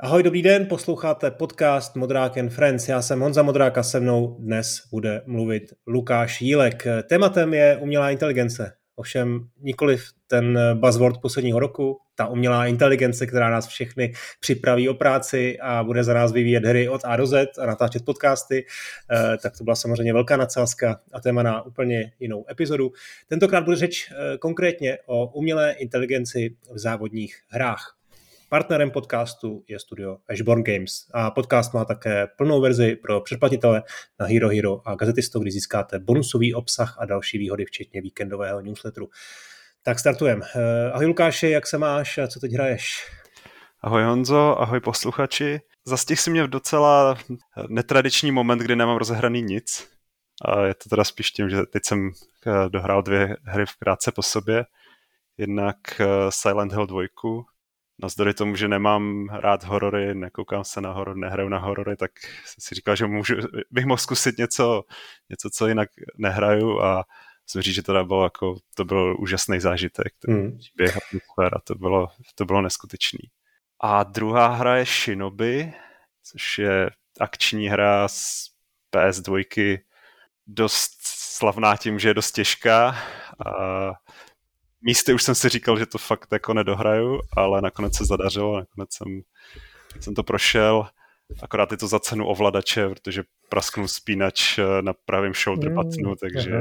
Ahoj, dobrý den, posloucháte podcast Modrák and Friends. Já jsem Honza Modrák a se mnou dnes bude mluvit Lukáš Jílek. Tématem je umělá inteligence. Ovšem nikoliv ten buzzword posledního roku, ta umělá inteligence, která nás všechny připraví o práci a bude za nás vyvíjet hry od A do Z a natáčet podcasty, tak to byla samozřejmě velká nadsázka a téma na úplně jinou epizodu. Tentokrát bude řeč konkrétně o umělé inteligenci v závodních hrách. Partnerem podcastu je studio Ashborn Games a podcast má také plnou verzi pro předplatitele na Hero Hero a Gazetisto, kdy získáte bonusový obsah a další výhody, včetně víkendového newsletteru. Tak startujeme. Ahoj Lukáši, jak se máš a co teď hraješ? Ahoj Honzo, ahoj posluchači. Zastihl si mě v docela netradiční moment, kdy nemám rozehraný nic. A je to teda spíš tím, že teď jsem dohrál 2 hry krátce po sobě. Jednak Silent Hill 2. Navzdory tomu, že nemám rád horory, nekoukám se na horor, nehraju na horory, tak jsem si říkal, že bych mohl zkusit něco, co jinak nehraju a musím říct, že to byl úžasný zážitek. Ten příběh, atmosféra, to bylo neskutečný. A druhá hra je Shinobi, což je akční hra z PS2, dost slavná tím, že je dost těžká. A místy už jsem si říkal, že to fakt jako nedohraju, ale nakonec se zadařilo, nakonec jsem to prošel. Akorát je to za cenu ovladače, protože prasknul spínač na pravém shoulder buttonu, takže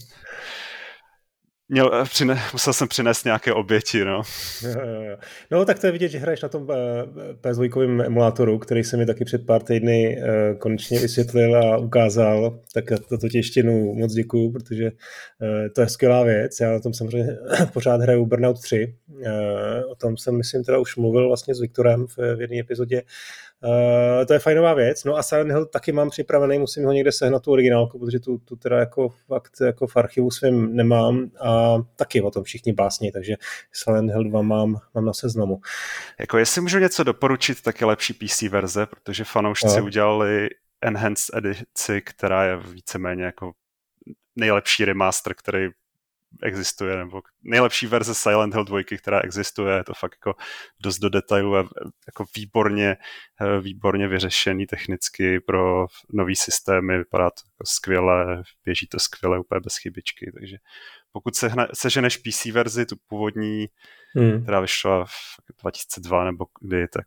musel jsem přinést nějaké oběti, no. No, tak to je vidět, že hraješ na tom PS2 emulátoru, který se mi taky před pár týdny konečně vysvětlil a ukázal, tak to ti ještě moc děkuju, protože to je skvělá věc. Já na tom samozřejmě pořád hraju Burnout 3. O tom jsem, myslím, teda už mluvil vlastně s Viktorem v jedné epizodě. To je fajnová věc. No a Silent Hill taky mám připravený, musím ho někde sehnat tu originálku, protože tu teda jako fakt jako v archivu svým nemám a taky o tom všichni básní, takže Silent Hill 2 mám na seznamu. Jako jestli můžu něco doporučit, tak je lepší PC verze, protože fanoušci udělali Enhanced edici, která je víceméně jako nejlepší remaster, který existuje, nebo nejlepší verze Silent Hill 2, která existuje, je to fakt jako dost do detailu a jako výborně vyřešený technicky pro nový systémy, vypadá to jako skvěle, běží to skvěle, úplně bez chybičky, takže pokud seženeš PC verzi, tu původní, která vyšla v 2002 nebo kdy, tak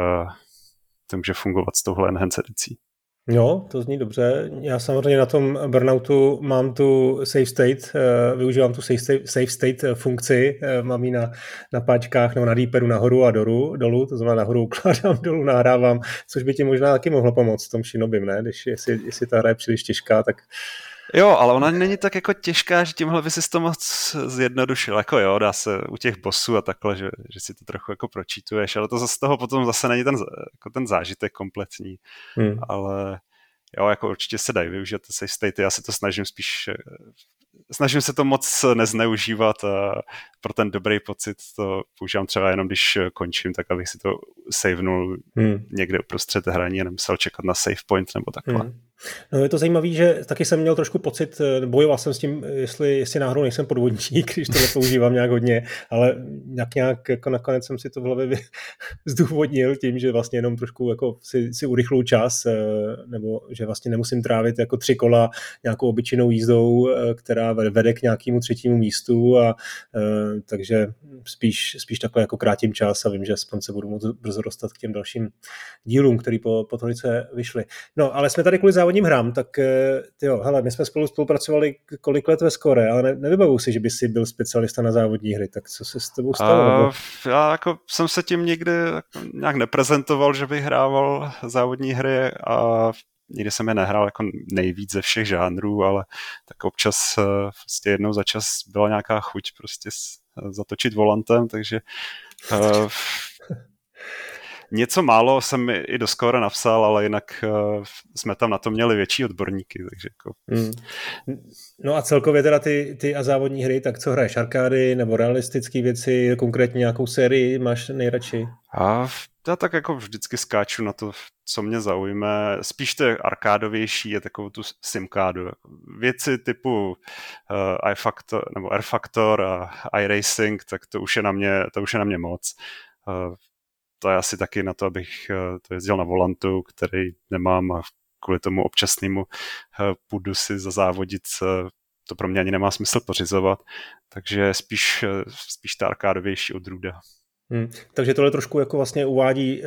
to může fungovat s touhle enhanced edicí. Jo, to zní dobře. Já samozřejmě na tom Burnoutu mám tu save state, využívám tu save state funkci, mám ji na páčkách nebo na D-padu nahoru a dolů, to znamená nahoru ukládám, dolů nahrávám, což by ti možná taky mohlo pomoct v tom Shinobim, ne? Jestli ta hra je příliš těžká, tak... Jo, ale ona není tak jako těžká, že tímhle by si to moc zjednodušil. Jako jo, dá se u těch bossů a takhle, že si to trochu jako pročítuješ, ale to z toho potom zase není ten zážitek kompletní. Ale jo, jako určitě se dají využít save state. Já se to snažím se to moc nezneužívat a pro ten dobrý pocit to používám třeba jenom, když končím, tak abych si to savenul někde uprostřed hraní a nemusel čekat na save point nebo takhle. No, je to zajímavé, že taky jsem měl trošku pocit, bojoval jsem s tím, jestli náhodou nejsem podvodník, když to nepoužívám nějak hodně, ale nějak jako nakonec jsem si to v hlavě zdůvodnil tím, že vlastně jenom trošku jako si urychlu čas, nebo že vlastně nemusím trávit jako 3 kola nějakou obyčejnou jízdou, která vede k nějakému 3. místu a takže spíš takhle jako krátím čas a vím, že aspoň se budu moc brzo dostat k těm dalším dílům, který po trojce vyšly. No, ale jsme tady kvůli závodním hrám, tak jo, hele, my jsme spolupracovali kolik let ve Score, ale nevybavuji si, že by si byl specialista na závodní hry, tak co se s tebou stalo? Já jako jsem se tím nikdy nějak neprezentoval, že bych hrával závodní hry a nikdy jsem je nehrál jako nejvíc ze všech žánrů, ale tak občas prostě jednou za čas byla nějaká chuť prostě zatočit volantem, takže něco málo jsem i do Score napsal, ale jinak jsme tam na to měli větší odborníky, takže jako... No a celkově teda ty a závodní hry, tak co hraješ? Arkády nebo realistické věci, konkrétně nějakou sérii máš nejradši? Já tak jako vždycky skáču na to, co mě zaujme. Spíš to je arkádovější, je takovou tu simkádu. Věci typu iFactor nebo R-Factor a iRacing, tak to už je na mě moc. to je asi taky na to, abych to jezdil na volantu, který nemám a kvůli tomu občasnému půjdu si zazávodit, to pro mě ani nemá smysl pořizovat, takže spíš ta arkádovější odrůda. Takže tohle trošku jako vlastně uvádí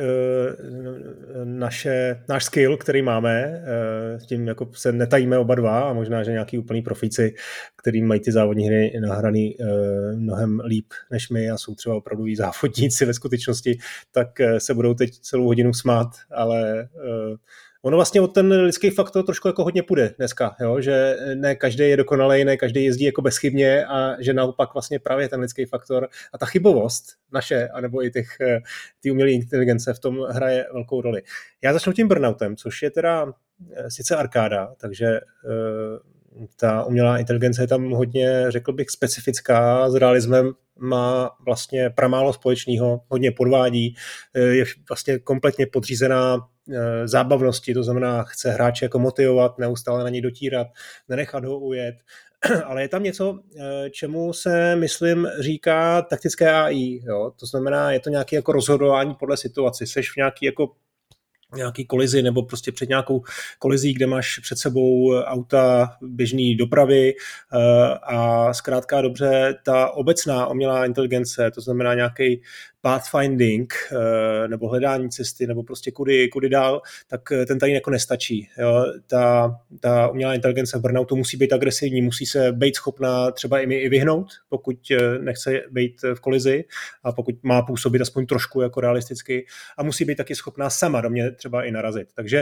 náš skill, který máme, s tím jako se netajíme oba dva a možná, že nějaký úplný profíci, který mají ty závodní hry nahraný mnohem líp než my a jsou třeba opravdoví závodníci ve skutečnosti, tak se budou teď celou hodinu smát, ale ono vlastně od ten lidský faktor trošku jako hodně půjde dneska, jo? Že ne každý je dokonalej, ne každý jezdí jako bezchybně a že naopak vlastně právě ten lidský faktor a ta chybovost naše, anebo i ty umělé inteligence v tom hraje velkou roli. Já začnu tím burnoutem, což je teda sice arkáda, takže ta umělá inteligence je tam hodně, řekl bych, specifická, s realismem má vlastně pramálo společného, hodně podvádí, je vlastně kompletně podřízená zábavnosti, to znamená, chce hráče jako motivovat, neustále na něj dotírat, nenechat ho ujet, ale je tam něco, čemu se, myslím, říká taktické AI, jo? To znamená, je to nějaké jako rozhodování podle situaci, seš v nějaký kolizi nebo prostě před nějakou kolizí, kde máš před sebou auta běžné dopravy a zkrátka dobře ta obecná umělá inteligence, to znamená nějaký pathfinding nebo hledání cesty nebo prostě kudy dál, tak ten tady jako nestačí. Jo? Ta umělá inteligence v burnoutu musí být agresivní, musí se být schopná třeba i vyhnout, pokud nechce být v kolizi a pokud má působit aspoň trošku jako realisticky a musí být taky schopná sama do mě třeba i narazit. Takže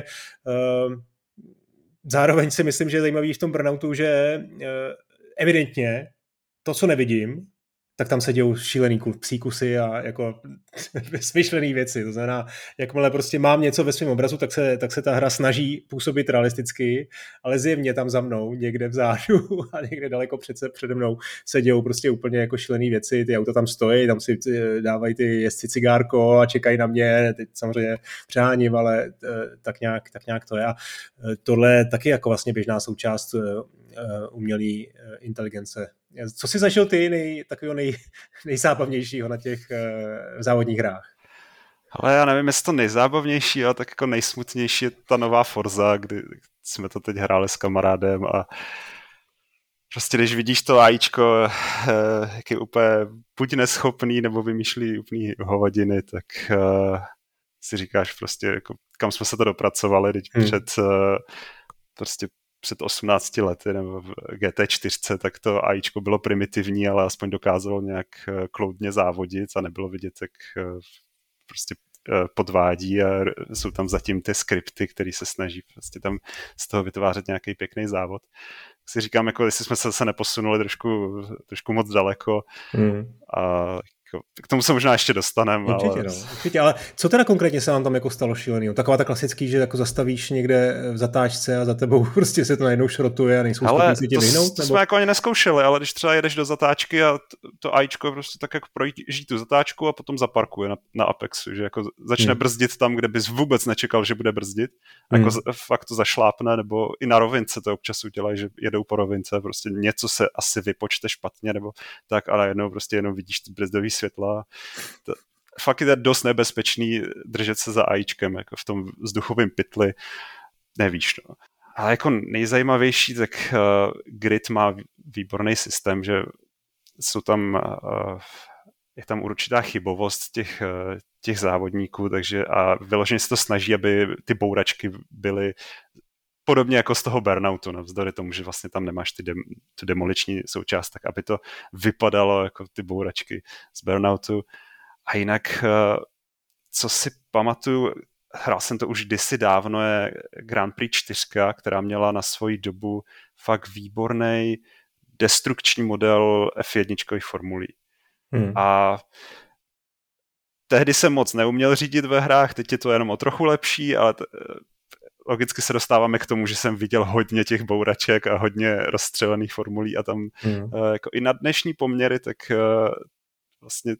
zároveň si myslím, že je zajímavý v tom burnoutu, že evidentně to, co nevidím, tak tam se dějou šílený psí kusy a jako smyšlený věci. To znamená, jakmile prostě mám něco ve svém obrazu, tak se ta hra snaží působit realisticky, ale zjevně tam za mnou, někde vzadu a někde daleko přede mnou se dějou prostě úplně jako šílený věci. Ty auta tam stojí, tam si dávají ty jezdci cigárko a čekají na mě. Teď samozřejmě přeháním, ale tak nějak to je. A tohle je taky jako vlastně běžná součást umělé inteligence. Co jsi zažil ty takového nejzábavnějšího na těch závodních hrách? Ale já nevím, jestli to nejzábavnější, ale tak jako nejsmutnější je ta nová Forza, kdy jsme to teď hráli s kamarádem a prostě když vidíš to AIčko, jak je úplně buď neschopný, nebo vymýšlí úplný hovadiny, tak si říkáš prostě, jako, kam jsme se to dopracovali, teď před 18 lety nebo v GT4, tak to AIčko bylo primitivní, ale aspoň dokázalo nějak kloudně závodit a nebylo vidět, jak prostě podvádí a jsou tam zatím ty skripty, které se snaží prostě tam z toho vytvářet nějaký pěkný závod. Tak si říkám, jako jestli jsme se zase neposunuli trošku moc daleko a k tomu se možná ještě dostaneme. Určitě, ale co teda konkrétně se vám tam jako stalo šílenýho? Taková ta klasický, že jako zastavíš někde v zatáčce a za tebou prostě se to najednou šrotuje a nejsou schopni si tě vyhnout? To jsme jako ani nezkoušeli, ale když třeba jedeš do zatáčky a to AIčko prostě tak jako projíždí tu zatáčku a potom zaparkuje na Apexu, že jako začne brzdit tam, kde bys vůbec nečekal, že bude brzdit. Jako fakt to zašlápne, nebo i na rovince to občas udělají, že jedou po rovince, prostě něco se asi vypočte špatně, nebo tak, ale jednou prostě jenom vidíš ty brzdový světla. Fakt je to dost nebezpečný držet se za AIčkem, jako v tom vzduchovém pytli, nevíš, no. Ale jako nejzajímavější, tak Grid má výborný systém, že jsou tam, je tam určitá chybovost těch závodníků, takže a vyloženě se to snaží, aby ty bouračky byly podobně jako z toho burnoutu, navzdory tomu, že vlastně tam nemáš tu demoliční součást, tak aby to vypadalo jako ty bouračky z burnoutu. A jinak, co si pamatuju, hrál jsem to už kdysi dávno, je Grand Prix 4, která měla na svoji dobu fakt výborný destrukční model F1 formulí. A tehdy jsem moc neuměl řídit ve hrách, teď je to jenom o trochu lepší, ale logicky se dostáváme k tomu, že jsem viděl hodně těch bouraček a hodně rozstřelených formulí a tam jako i na dnešní poměry, tak vlastně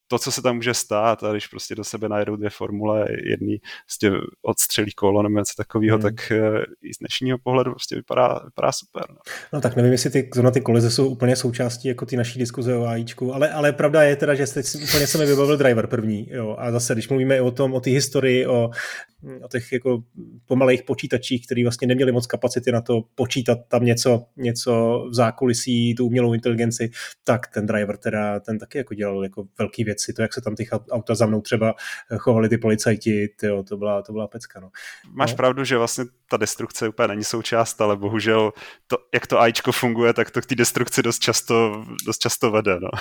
to, co se tam může stát, a když prostě do sebe najedou dvě formule, jedný prostě odstřelí kolo nebo něco takového, tak i z dnešního pohledu prostě vypadá super. No. No tak nevím, jestli ty kolize jsou úplně součástí jako ty naší diskuze o AIčku, ale pravda je teda, že úplně se mi vybavil Driver první, jo, a zase, když mluvíme o té historii, o těch jako pomalejch počítačích, který vlastně neměli moc kapacity na to počítat tam něco v zákulisí, tu umělou inteligenci, tak ten Driver teda, ten taky jako dělal jako velký věci, to, jak se tam ty auta za mnou třeba chovali ty policajti, tyjo, to byla pecka, no. Máš pravdu, že vlastně ta destrukce úplně není součást, ale bohužel to, jak to AIčko funguje, tak to k té destrukci dost často vede, no.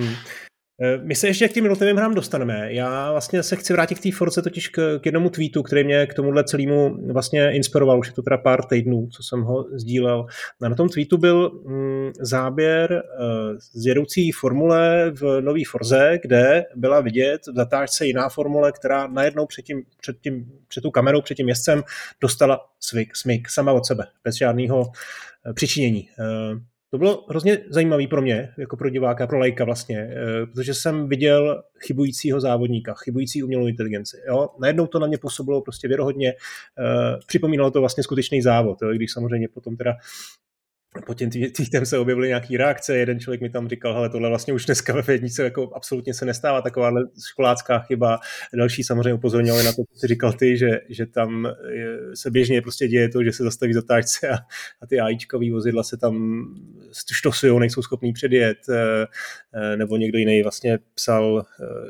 My se ještě k těm jednotlivým hrám dostaneme. Já vlastně se chci vrátit k té Forze totiž k jednomu tweetu, který mě k tomuhle celému vlastně inspiroval. Už je to teda pár týdnů, co jsem ho sdílel. Na tom tweetu byl záběr z jedoucí formule v nový Forze, kde byla vidět v zatáčce jiná formule, která najednou před tu kamerou, před tím jezdcem dostala smyk sama od sebe, bez žádného přičinění. To bylo hrozně zajímavý pro mě, jako pro diváka, pro laika vlastně, protože jsem viděl chybujícího závodníka, chybující umělou inteligenci. Jo? Najednou to na mě působilo prostě věrohodně, připomínalo to vlastně skutečný závod, jo? I když samozřejmě potom teda pod tím tweetem se objevily nějaký reakce, jeden člověk mi tam říkal, hele, tohle vlastně už dneska ve F1 jako absolutně se nestává, takováhle školácká chyba. Další samozřejmě upozorňovali na to, co jsi říkal ty, že tam se běžně prostě děje to, že se zastaví zatáčce a ty AIčkový vozidla se tam štosujou, nejsou schopný předjet, nebo někdo jiný vlastně psal,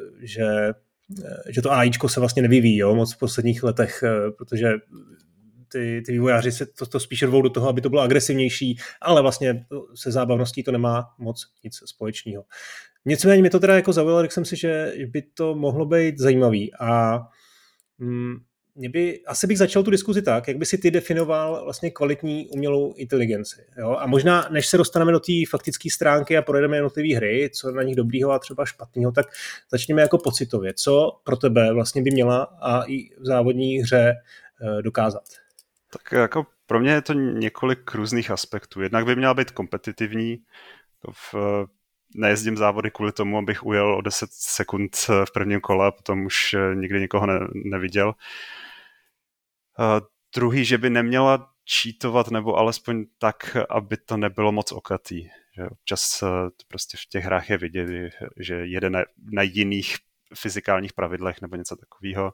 že to AIčko se vlastně nevyvíjí, jo, moc v posledních letech, protože ty vývojáři se to spíš rvou do toho, aby to bylo agresivnější, ale vlastně se zábavností to nemá moc nic společného. Nicméně mě to teda jako zaujalo, řekl jsem si, že by to mohlo být zajímavý a asi bych začal tu diskuzi tak, jak by si ty definoval vlastně kvalitní umělou inteligenci. Jo? A možná, než se dostaneme do té faktické stránky a projedeme jednotlivé hry, co na nich dobrýho a třeba špatného, tak začněme jako pocitově. Co pro tebe vlastně by měla a i v závodní hře dokázat? Tak jako pro mě je to několik různých aspektů. Jednak by měla být kompetitivní. Nejezdím závody kvůli tomu, abych ujel o 10 sekund v prvním kole a potom už nikdy nikoho neviděl. Druhý, že by neměla cheatovat, nebo alespoň tak, aby to nebylo moc okatý. Že občas to prostě v těch hrách je vidět, že jede na jiných fyzikálních pravidlech nebo něco takového.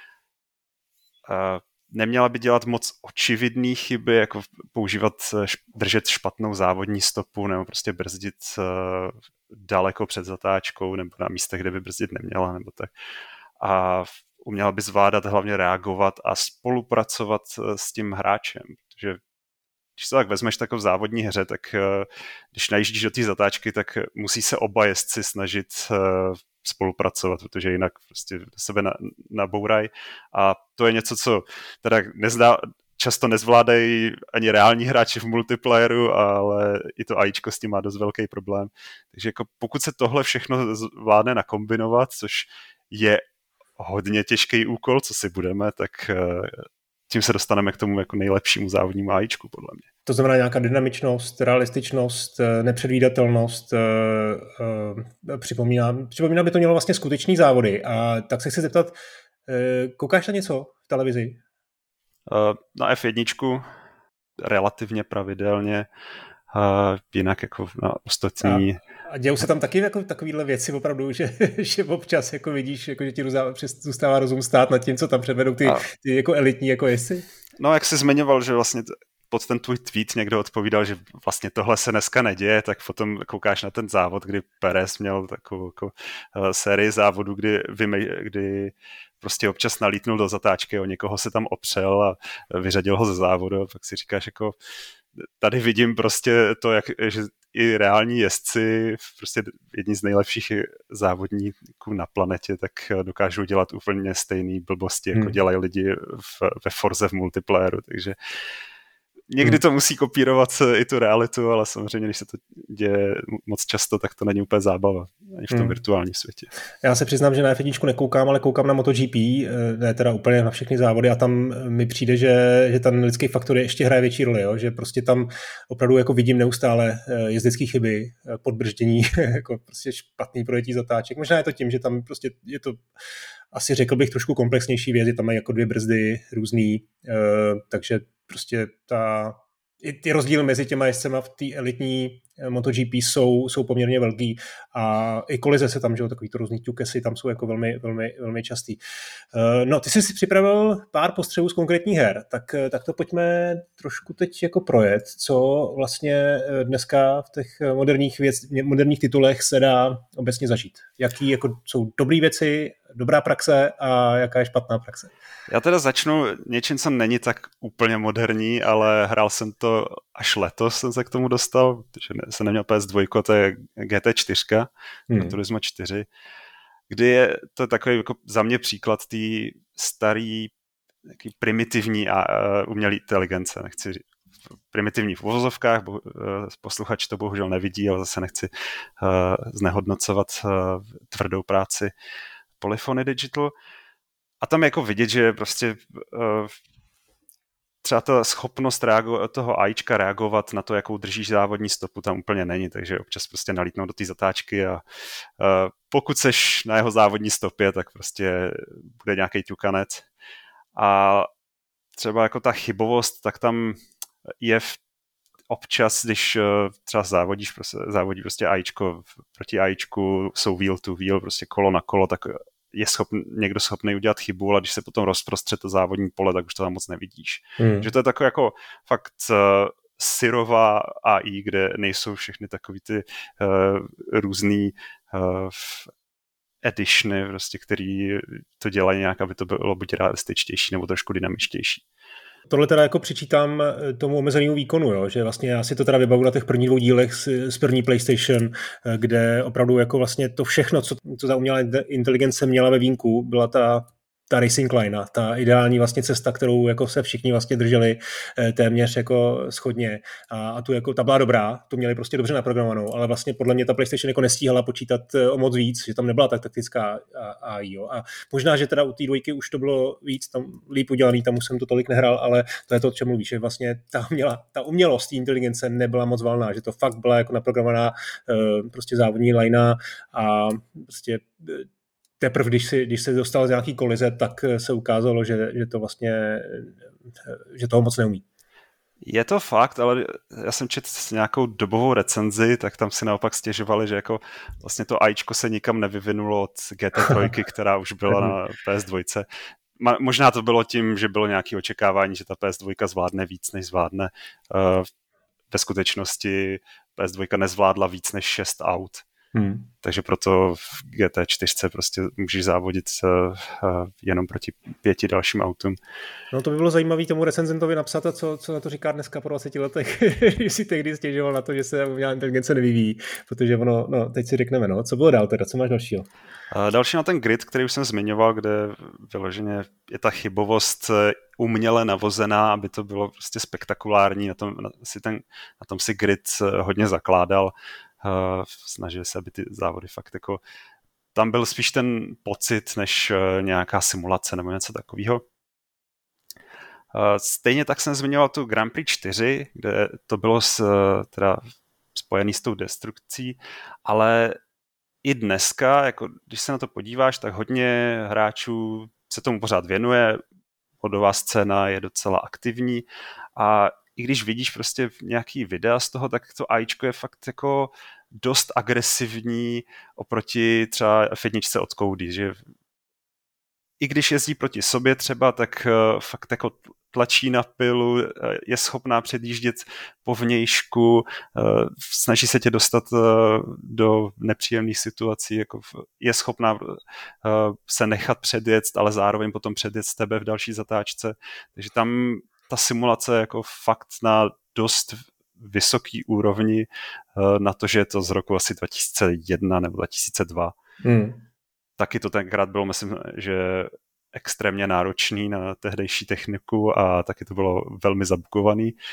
Neměla by dělat moc očividné chyby, jako držet špatnou závodní stopu nebo prostě brzdit daleko před zatáčkou nebo na místech, kde by brzdit neměla nebo tak. A uměla by zvládat hlavně reagovat a spolupracovat s tím hráčem, protože když se tak vezmeš takovou závodní hře, tak když najíždíš do té zatáčky, tak musí se oba jezdci snažit spolupracovat, protože jinak prostě sebe nabourají. A to je něco, co teda často nezvládají ani reální hráči v multiplayeru, ale i to AIčko s tím má dost velký problém. Takže jako pokud se tohle všechno zvládne nakombinovat, což je hodně těžký úkol, co si budeme, tak tím se dostaneme k tomu jako nejlepšímu závodnímu AIčku, podle mě. To znamená nějaká dynamičnost, realističnost, nepředvídatelnost. Připomíná by to mělo vlastně skutečný závody. A tak se chci zeptat, koukáš na něco v televizi? Na F1 relativně pravidelně, jinak jako na ostatní. A dějou se tam taky jako takovýhle věci opravdu, že občas jako vidíš, jako, že ti zůstává rozum stát nad tím, co tam předvedou ty jako elitní jako jezdci? No, jak jsi zmiňoval, že vlastně pod ten tvůj tweet někdo odpovídal, že vlastně tohle se dneska neděje, tak potom koukáš na ten závod, kdy Perez měl takovou jako sérii závodů, kdy prostě občas nalítnul do zatáčky, o někoho se tam opřel a vyřadil ho ze závodu a pak si říkáš jako tady vidím prostě to, že i reální jezdci, prostě jedni z nejlepších závodníků na planetě, tak dokážou dělat úplně stejné blbosti, jako dělají lidi ve Forze v multiplayeru, takže někdy to musí kopírovat i tu realitu, ale samozřejmě, když se to děje moc často, tak to není úplně zábava ani v tom virtuálním světě. Já se přiznám, že na F1 nekoukám, ale koukám na MotoGP, ne teda úplně na všechny závody a tam mi přijde, že ten lidský faktor ještě hraje větší roli, jo? Že prostě tam opravdu jako vidím neustále jezdecké chyby, podbrždění, jako prostě špatný projetí zatáček. Možná je to tím, že tam prostě je to asi řekl bych trošku komplexnější věc, tam mají jako 2 brzdy různý, takže prostě ty rozdíly mezi těma jezdcema v té elitní MotoGP jsou poměrně velký a i kolize se tam, že jo, takovýto různý ťukesy tam jsou jako velmi, velmi, velmi častý. No, ty jsi si připravil pár postřehů z konkrétních her, tak to pojďme trošku teď jako projet, co vlastně dneska v těch moderních titulech se dá obecně zažít. Jaký jako jsou dobré věci, dobrá praxe a jaká je špatná praxe? Já teda začnu něčím, co není tak úplně moderní, ale hrál jsem to až letos, jsem se k tomu dostal, protože jsem neměl PS2, to je GT4, Gran Turismo 4, kdy je to takový jako za mě příklad té starý primitivní umělé inteligence. Nechci primitivní v uvozovkách, posluchač to bohužel nevidí, ale zase nechci znehodnocovat tvrdou práci Polyphony Digital. A tam jako vidět, že prostě třeba ta schopnost toho AIčka reagovat na to, jakou držíš závodní stopu, tam úplně není, takže občas prostě nalítnou do té zatáčky a pokud seš na jeho závodní stopě, tak prostě bude nějaký ťukanec. A třeba jako ta chybovost, tak tam je občas, když třeba závodí prostě AIčko proti AIčku, jsou wheel to wheel, prostě kolo na kolo, tak je někdo schopný udělat chybu, ale když se potom rozprostře to závodní pole, tak už to tam moc nevidíš. Že to je takové jako fakt syrová AI, kde nejsou všechny takový ty různý editiony, prostě, který to dělají nějak, aby to bylo buď realističtější nebo trošku dynamičtější. Tohle teda jako přičítám tomu omezenému výkonu, jo? Že vlastně já si to teda vybavu na těch prvních 2 dílech z první PlayStation, kde opravdu jako vlastně to všechno, co ta umělá inteligence měla ve vínku, byla ta racing line, ta ideální vlastně cesta, kterou jako se všichni vlastně drželi téměř jako shodně a tu jako ta byla dobrá, to měli prostě dobře naprogramovanou, ale vlastně podle mě ta PlayStation jako nestíhala počítat o moc víc, že tam nebyla tak taktická AI, jo. A možná, že teda u té 2 už to bylo víc tam líp udělaný, tam už jsem to tolik nehrál, ale to je to, o čem mluvíš, že vlastně ta umělost té inteligence nebyla moc valná, že to fakt byla jako naprogramovaná prostě závodní linea a prostě teprve, když se dostal z nějaký kolize, tak se ukázalo, že to vlastně, že toho moc neumí. Je to fakt, ale já jsem četl nějakou dobovou recenzi, tak tam si naopak stěžovali, že jako vlastně to AIčko se nikam nevyvinulo od GT3, která už byla na PS2. Možná to bylo tím, že bylo nějaké očekávání, že ta PS2 zvládne víc, než zvládne. Ve skutečnosti PS2 nezvládla víc než 6 aut. Takže proto v GT4 prostě můžeš závodit jenom proti 5 dalším autům. No to by bylo zajímavé tomu recenzentovi napsat, a co na to říká dneska po 20 letech, když si tehdy stěžoval na to, že se umělá inteligence nevyvíjí, protože ono, teď si řekneme, no, co bylo dál teda, co máš dalšího? Další na ten grid, který už jsem zmiňoval, kde vyloženě je ta chybovost uměle navozená, aby to bylo prostě spektakulární, na tom si grid hodně zakládal. Snažili se, aby ty závody fakt jako tam byl spíš ten pocit, než nějaká simulace nebo něco takového. Stejně tak jsem zmiňoval tu Grand Prix 4, kde to bylo teda spojený s tou destrukcí, ale i dneska, jako když se na to podíváš, tak hodně hráčů se tomu pořád věnuje, bodová scéna je docela aktivní a i když vidíš prostě nějaký videa z toho, tak to AIčko je fakt jako dost agresivní oproti třeba F1 od Cody, že i když jezdí proti sobě třeba, tak fakt jako tlačí na pilu, je schopná předjíždět po vnějšku, snaží se tě dostat do nepříjemných situací, jako je schopná se nechat předjet, ale zároveň potom předjet tebe v další zatáčce. Takže tam ta simulace jako fakt na dost vysoký úrovni na to, že je to z roku asi 2001 nebo 2002. Taky to tenkrát bylo, myslím, že extrémně náročný na tehdejší techniku a taky to bylo velmi zabukovaný.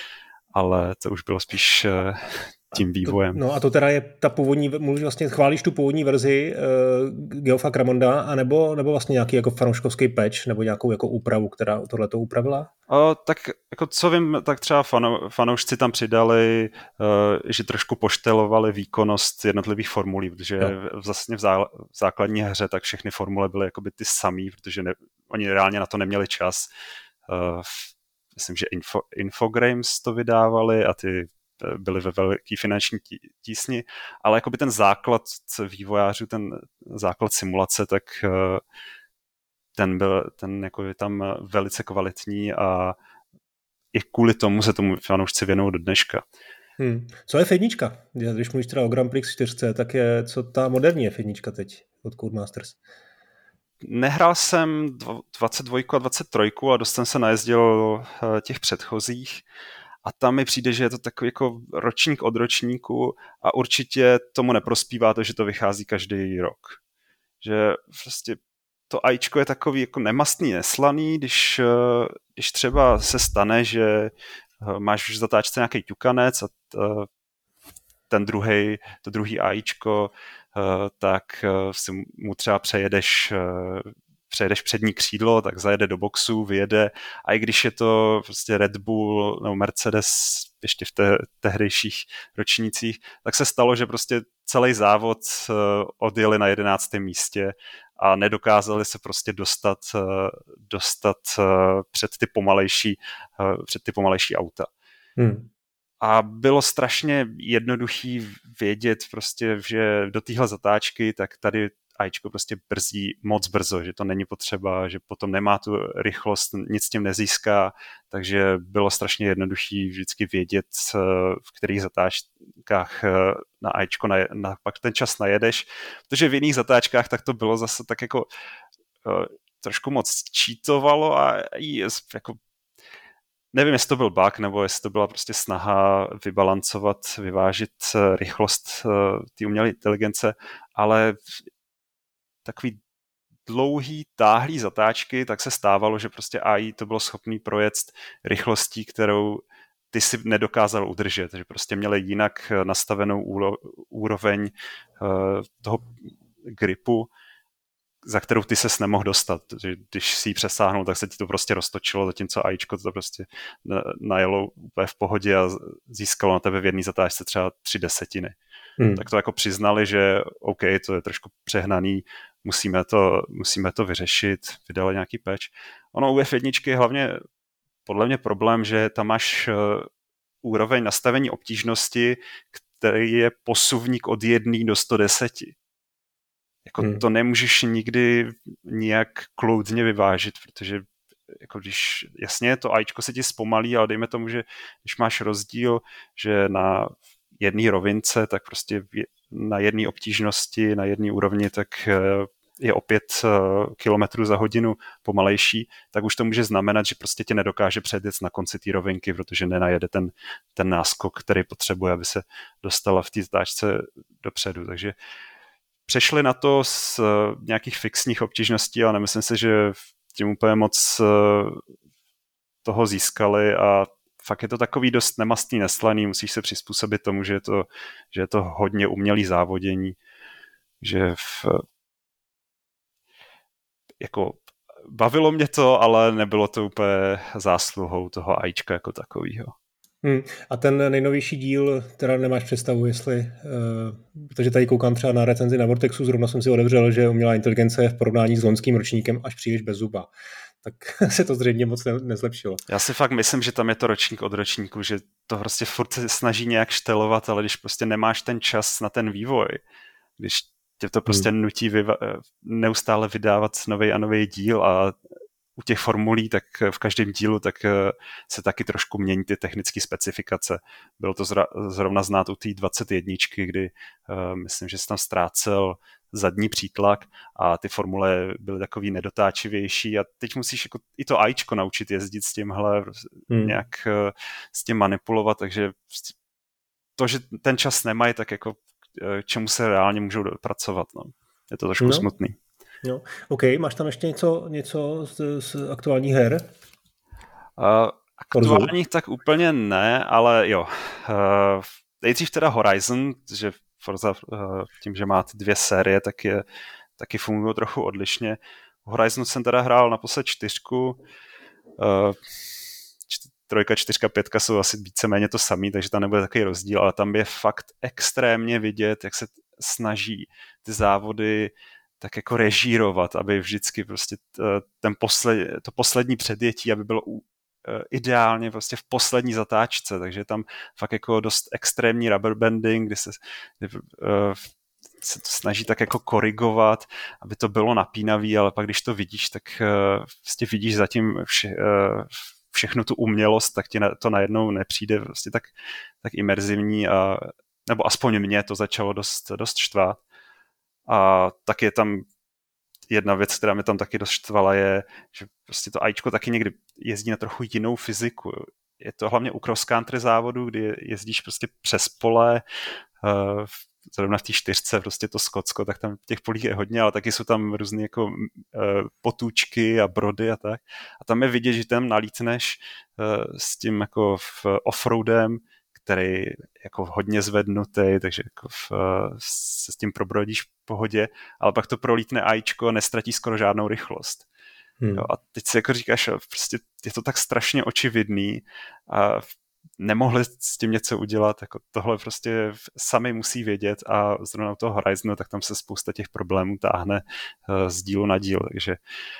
ale to už bylo spíš tím vývojem. No a to teda je ta původní, mluvíš vlastně, chválíš tu původní verzi Geofa Cramonda, anebo vlastně nějaký jako fanouškovský patch, nebo nějakou jako úpravu, která tohleto upravila? Tak jako co vím, tak třeba fanoušci tam přidali, že trošku poštelovali výkonnost jednotlivých formulí, protože vlastně v základní hře tak všechny formule byly jakoby ty samý, protože oni reálně na to neměli čas. Myslím, že Infogrames to vydávali a ty byly ve velké finanční tísni, ale jakoby ten základ vývojářů, ten základ simulace, tak ten jako je tam velice kvalitní a i kvůli tomu se tomu fanoušci věnují do dneška. Co je F1? Když mluvíš teda o Grand Prix 4, tak je co ta moderní F1 teď od Codemasters? Nehrál jsem 22 a 23, a dost jsem se najezdil těch předchozích a tam mi přijde, že je to takový jako ročník od ročníku a určitě tomu neprospívá to, že to vychází každý rok. Že prostě to AIčko je takový jako nemastný, neslaný, když třeba se stane, že máš v zatáčce nějaký ťukanec a to druhý AIčko, tak si mu třeba přejedeš přední křídlo, tak zajede do boxu, vyjede a i když je to prostě Red Bull nebo Mercedes ještě v tehdejších ročnících, tak se stalo, že prostě celý závod odjeli na 11. místě a nedokázali se prostě dostat před ty pomalejší auta. A bylo strašně jednoduchý vědět prostě, že do téhle zatáčky, tak tady AIčko prostě brzdí moc brzo, že to není potřeba, že potom nemá tu rychlost, nic s tím nezíská, takže bylo strašně jednoduchý vždycky vědět, v kterých zatáčkách na AIčko pak ten čas najedeš, protože v jiných zatáčkách tak to bylo zase tak jako trošku moc cheatovalo a jako nevím, jestli to byl bug, nebo jestli to byla prostě snaha vybalancovat, vyvážit rychlost té umělé inteligence, ale takový dlouhý, táhlý zatáčky, tak se stávalo, že prostě AI to bylo schopný projet rychlostí, kterou ty si nedokázal udržet, že prostě měli jinak nastavenou úroveň toho gripu, za kterou ty ses nemohl dostat. Když si ji přesáhnul, tak se ti to prostě roztočilo, zatímco AIčko to prostě najelo úplně v pohodě a získalo na tebe v jedné zatáčce třeba 3/10. Tak to jako přiznali, že OK, to je trošku přehnaný, musíme to vyřešit, vydali nějaký patch. Ono u F1 je hlavně podle mě problém, že tam máš úroveň nastavení obtížnosti, který je posuvník od 1 do 110. Jako to nemůžeš nikdy nějak kloudně vyvážit, protože jako když, jasně, to AIčko se ti zpomalí, ale dejme tomu, že když máš rozdíl, že na jedné rovince, tak prostě na jedné obtížnosti, na jedné úrovni, tak je o 5 km za hodinu pomalejší, tak už to může znamenat, že prostě tě nedokáže předjet na konci té rovinky, protože nenajede ten náskok, který potřebuje, aby se dostala v té zatáčce dopředu. Takže přešli na to z nějakých fixních obtížností, ale nemyslím si, že tím úplně moc toho získali a fakt je to takový dost nemastný, neslaný, musíš se přizpůsobit tomu, že je to hodně umělý závodění, že jako bavilo mě to, ale nebylo to úplně zásluhou toho AIčka jako takovýho. A ten nejnovější díl, teda nemáš představu, jestli, protože tady koukám třeba na recenzi na Vortexu, zrovna jsem si otevřel, že umělá inteligence je v porovnání s loňským ročníkem až příliš bez zuba. Tak se to zřejmě moc nezlepšilo. Já si fakt myslím, že tam je to ročník od ročníku, že to prostě furt se snaží nějak štelovat, ale když prostě nemáš ten čas na ten vývoj, když tě to prostě nutí neustále vydávat nový a nový díl a u těch formulí, tak v každém dílu tak se taky trošku mění ty technické specifikace. Bylo to zrovna znát u té 21, kdy myslím, že se tam ztrácel zadní přítlak a ty formule byly takový nedotáčivější a teď musíš jako i to AIčko naučit jezdit s tímhle, nějak s tím manipulovat, takže to, že ten čas nemají, tak jako čemu se reálně můžou dopracovat. No. Je to trošku smutný. No, OK, máš tam ještě něco z aktuálních her? Aktuálních tak úplně ne, ale jo. Nejdřív teda Horizon, že Forza tím, že má ty 2 série, taky fungují trochu odlišně. Horizon jsem teda hrál naposled 4, 3, 4, 5 jsou asi víceméně to samý, takže tam nebude takový rozdíl, ale tam je fakt extrémně vidět, jak se snaží ty závody tak jako režírovat, aby vždycky prostě to poslední předjetí, aby bylo ideálně prostě v poslední zatáčce, takže tam fakt jako dost extrémní rubberbanding, kdy se to snaží tak jako korigovat, aby to bylo napínavý, ale pak když to vidíš, tak prostě vidíš zatím všechnu tu umělost, tak ti to najednou nepřijde prostě tak imerzivní, nebo aspoň mě to začalo dost štvát. A tak je tam jedna věc, která mě tam taky dost štvala, je, že prostě to AIčko taky někdy jezdí na trochu jinou fyziku. Je to hlavně u cross country závodu, kdy jezdíš prostě přes pole, zrovna v té 4 prostě to Skotsko, tak tam těch polí je hodně, ale taky jsou tam různé jako potůčky a brody a tak. A tam je vidět, že tam nalítneš s tím jako offroadem, který jako hodně zvednutý, takže jako se s tím probrodíš v pohodě, ale pak to prolítne AIčko a nestratí skoro žádnou rychlost. Jo, a teď si jako říkáš, prostě je to tak strašně očividný a nemohli s tím něco udělat, jako tohle prostě sami musí vědět a zrovna u toho Horizonu, tak tam se spousta těch problémů táhne z dílu na díl, takže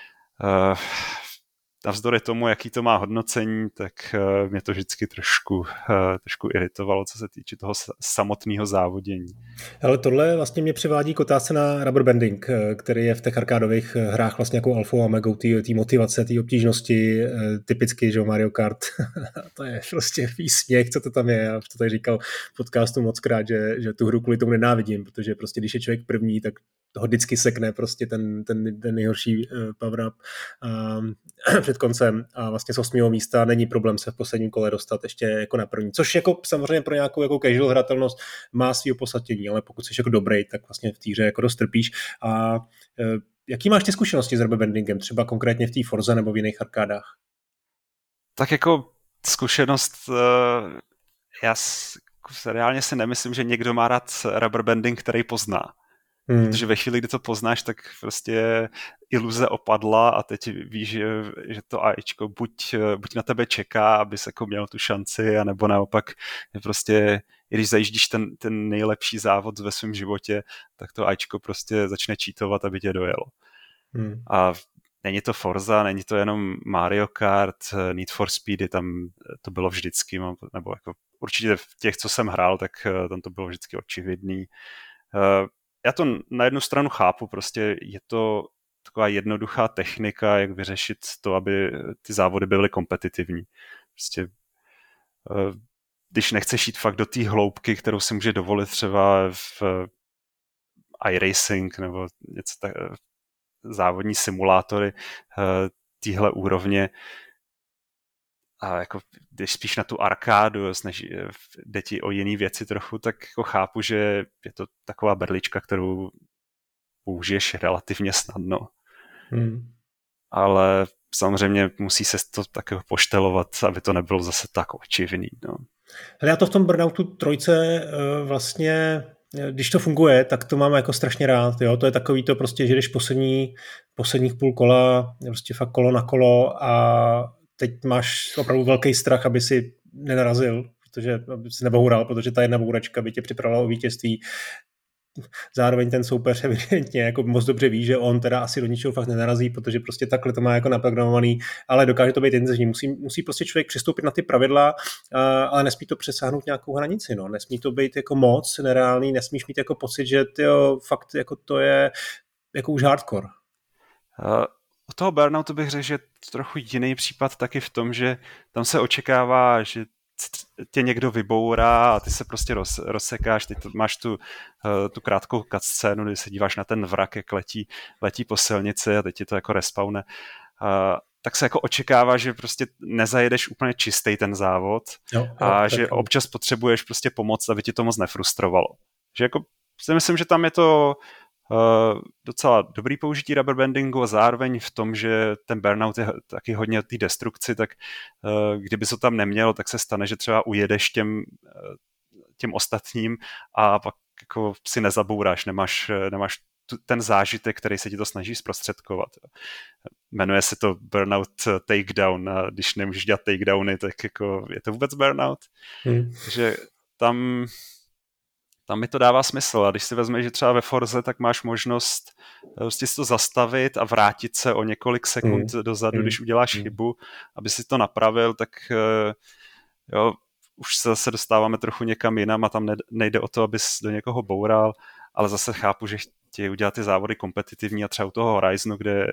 navzdory tomu, jaký to má hodnocení, tak mě to vždycky trošku iritovalo, co se týče toho samotného závodění. Ale tohle vlastně mě přivádí k otázce na rubberbanding, který je v těch arkádových hrách vlastně jako alfou a megou té motivace, té obtížnosti, typicky, že Mario Kart. To je prostě výsměch, co to tam je. Já to tady říkal v podcastu mockrát, že tu hru kvůli tomu nenávidím, protože prostě když je člověk první, tak toho vždycky sekne prostě ten nejhorší power-up před koncem a vlastně z 8. místa není problém se v posledním kole dostat ještě jako na první, což jako samozřejmě pro nějakou jako casual hratelnost má svý opodstatnění, ale pokud jsi jako dobrý, tak vlastně v té hře jako dost trpíš. A jaký máš ty zkušenosti s rubberbandingem, třeba konkrétně v té Forze nebo v jiných arkádách? Tak jako zkušenost, já reálně si nemyslím, že někdo má rád rubberbanding, který pozná. Protože ve chvíli, kdy to poznáš, tak prostě iluze opadla a teď víš, že to AIčko buď na tebe čeká, abys jako měl tu šanci, anebo naopak je prostě, když zajíždíš ten nejlepší závod ve svém životě, tak to AIčko prostě začne cheatovat, aby tě dojelo. A není to Forza, není to jenom Mario Kart, Need for Speed, tam to bylo vždycky, nebo jako určitě v těch, co jsem hrál, tak tam to bylo vždycky očividný. Já to na jednu stranu chápu, prostě je to taková jednoduchá technika, jak vyřešit to, aby ty závody byly kompetitivní. Prostě když nechceš jít fakt do té hloubky, kterou si může dovolit třeba v iRacing nebo něco tak, závodní simulátory téhle úrovně, a jako když spíš na tu arkádu, jde ti o jiné věci trochu, tak jako chápu, že je to taková berlička, kterou použiješ relativně snadno. Ale samozřejmě musí se to tak poštelovat, aby to nebylo zase tak očivný. No. Já to v tom Burnoutu 3 vlastně, když to funguje, tak to mám jako strašně rád. Jo? To je takový to prostě, že jdeš posledních půl kola, prostě fakt kolo na kolo a teď máš opravdu velký strach, aby si nenarazil, protože si neboural, protože ta jedna bouračka by tě připravila o vítězství. Zároveň ten soupeř evidentně jako moc dobře ví, že on teda asi do ničeho fakt nenarazí, protože prostě takhle to má jako naprogramovaný, ale dokáže to být intenzivní. Musí prostě člověk přistoupit na ty pravidla, ale nesmí to přesáhnout nějakou hranici. No. Nesmí to být jako moc nereálný, nesmíš mít jako pocit, že fakt jako to je jako už hardcore. U toho Burnoutu bych řekl, že je trochu jiný případ taky v tom, že tam se očekává, že tě někdo vybourá a ty se prostě rozsekáš, teď máš tu krátkou cutscénu, kdy se díváš na ten vrak, jak letí po silnici a teď ti to jako respawne. Tak se jako očekává, že prostě nezajedeš úplně čistý ten závod a že občas potřebuješ prostě pomoc, aby ti to moc nefrustrovalo. Že jako si myslím, že tam je to docela dobrý použití rubberbandingu a zároveň v tom, že ten burnout je taky hodně té destrukci, tak kdyby to tam nemělo, tak se stane, že třeba ujedeš těm ostatním a pak jako si nezabouráš, nemáš ten zážitek, který se ti to snaží zprostředkovat. Jmenuje se to burnout takedown a když nemůžeš dělat takedowny, tak jako je to vůbec burnout. Takže tam mi to dává smysl. A když si vezmeš, že třeba ve Forze, tak máš možnost prostě si to zastavit a vrátit se o několik sekund dozadu, když uděláš chybu, aby si to napravil, tak jo, už se zase dostáváme trochu někam jinam a tam nejde o to, abys do někoho boural, ale zase chápu, že chtějí udělat ty závody kompetitivní a třeba u toho Horizonu, kde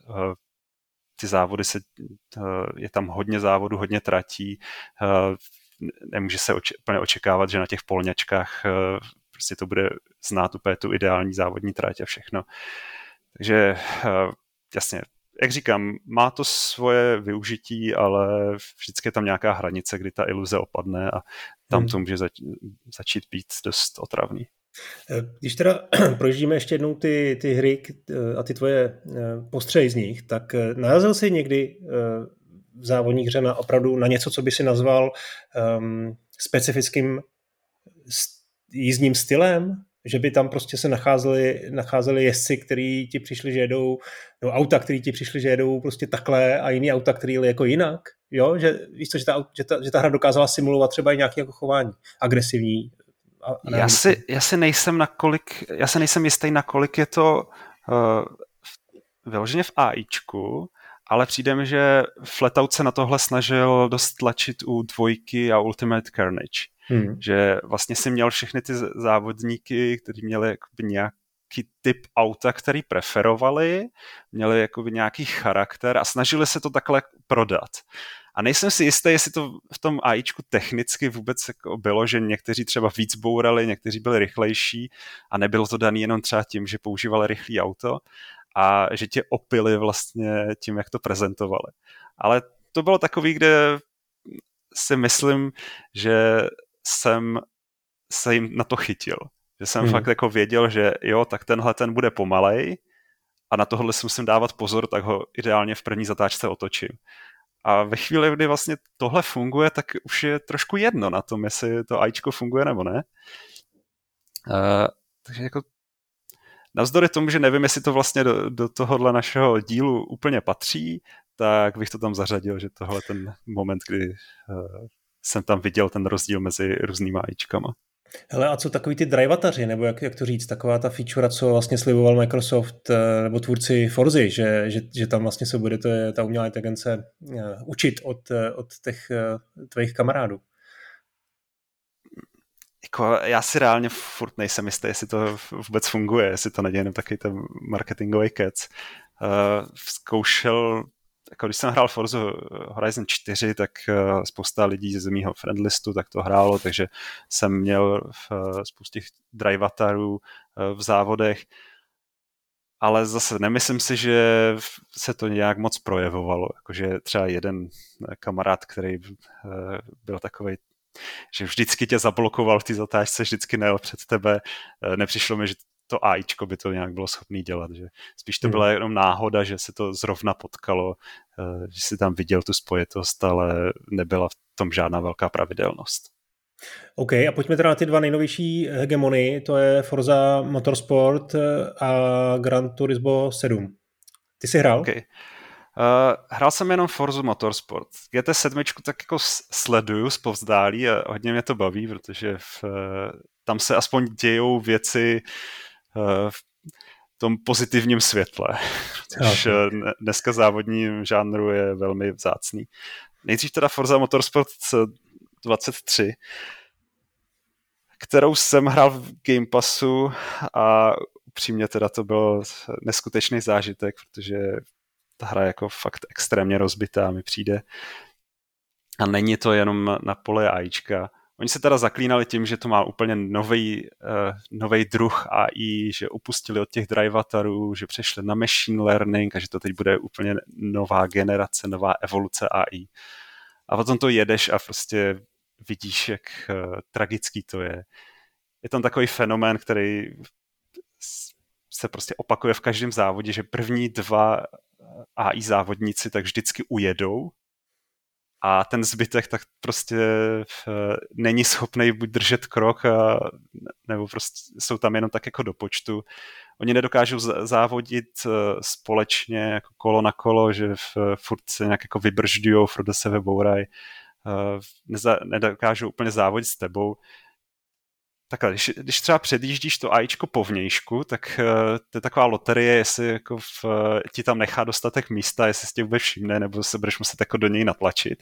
ty závody je tam hodně závodů, hodně tratí, nemůže se úplně očekávat, že na těch polňačkách prostě to bude znát úplně tu ideální závodní trať a všechno. Takže jasně, jak říkám, má to svoje využití, ale vždycky je tam nějaká hranice, kdy ta iluze opadne a tam to může začít být dost otravný. Když teda projíždíme ještě jednou ty hry a ty tvoje postřehy z nich, tak narazil jsi někdy v závodní hře opravdu na něco, co by si nazval specifickým jízdním stylem? Že by tam prostě se nacházeli jezdci, který ti přišli, že jedou, no auta, který ti přišli, že jedou prostě takhle a jiný auta, který jeli jako jinak, jo? Že víš co, že ta hra dokázala simulovat třeba i nějaké jako chování agresivní. Já si nejsem jistý, nakolik je to vyloženě v AIčku, ale přijde mi, že Flatout se na tohle snažil dost tlačit u 2 a Ultimate Carnage. Že vlastně si měl všechny ty závodníky, kteří měli jakoby nějaký typ auta, který preferovali, měli jakoby nějaký charakter a snažili se to takhle prodat. A nejsem si jistý, jestli to v tom AIčku technicky vůbec jako bylo, že někteří třeba víc bourali, někteří byli rychlejší a nebylo to daný jenom třeba tím, že používali rychlý auto a že tě opili vlastně tím, jak to prezentovali. Ale to bylo takový, kde si myslím, že jsem se jim na to chytil. Že jsem fakt jako věděl, že jo, tak ten bude pomalej a na tohle si musím dávat pozor, tak ho ideálně v první zatáčce otočím. A ve chvíli, kdy vlastně tohle funguje, tak už je trošku jedno na tom, jestli to AIčko funguje nebo ne. Takže jako navzdory tomu, že nevím, jestli to vlastně do tohohle našeho dílu úplně patří, tak bych to tam zařadil, že tohle ten moment, kdy jsem tam viděl ten rozdíl mezi různýma AIčkama. Hele, a co takový ty drivataři, nebo jak to říct, taková ta feature, co vlastně sliboval Microsoft nebo tvůrci Forzy, že tam vlastně se bude ta umělá inteligence učit od těch tvých kamarádů. Jako, já si reálně furt nejsem jistý, jestli to vůbec funguje, jestli to není jenom takový ten marketingový kec. Zkoušel, jako když jsem hrál Forza Horizon 4, tak spousta lidí z mýho friendlistu tak to hrálo, takže jsem měl spoustu drivatarů v závodech, ale zase nemyslím si, že se to nějak moc projevovalo. Jakože třeba jeden kamarád, který byl takovej, že vždycky tě zablokoval v té zatáčce, vždycky nejel před tebe. Nepřišlo mi, že to AIčko by to nějak bylo schopný dělat. Že spíš to byla jenom náhoda, že se to zrovna potkalo, že si tam viděl tu spojitost, ale nebyla v tom žádná velká pravidelnost. OK, a pojďme teda na ty 2 nejnovější hegemony, to je Forza Motorsport a Gran Turismo 7. Ty jsi hrál? Okay. Hrál jsem jenom Forza Motorsport. GT7 tak jako sleduju zpovzdálí a hodně mě to baví, protože tam se aspoň dějou věci v tom pozitivním světle, což dneska závodním žánru je velmi vzácný. Nejdřív teda Forza Motorsport 23, kterou jsem hrál v Game Passu a upřímně teda to byl neskutečný zážitek, protože ta hra je jako fakt extrémně rozbitá, mi přijde. A není to jenom na poli AIčka. Oni se teda zaklínali tím, že to má úplně novej druh AI, že upustili od těch drivatarů, že přešli na machine learning a že to teď bude úplně nová generace, nová evoluce AI. A potom to jedeš a prostě vidíš, jak tragický to je. Je tam takový fenomén, který se prostě opakuje v každém závodě, že první dva AI závodníci tak vždycky ujedou a ten zbytek tak prostě není schopný buď držet krok, nebo prostě jsou tam jenom tak jako do počtu. Oni nedokážou závodit společně jako kolo na kolo, že furt se nějak jako vybržďujou, furt do sebe bourají, nedokážou úplně závodit s tebou. Takhle, když třeba předjíždíš to AIčko po vnějšku, tak to je taková loterie, jestli jako ti tam nechá dostatek místa, jestli si tě vůbec všimne, nebo se budeš muset jako do něj natlačit.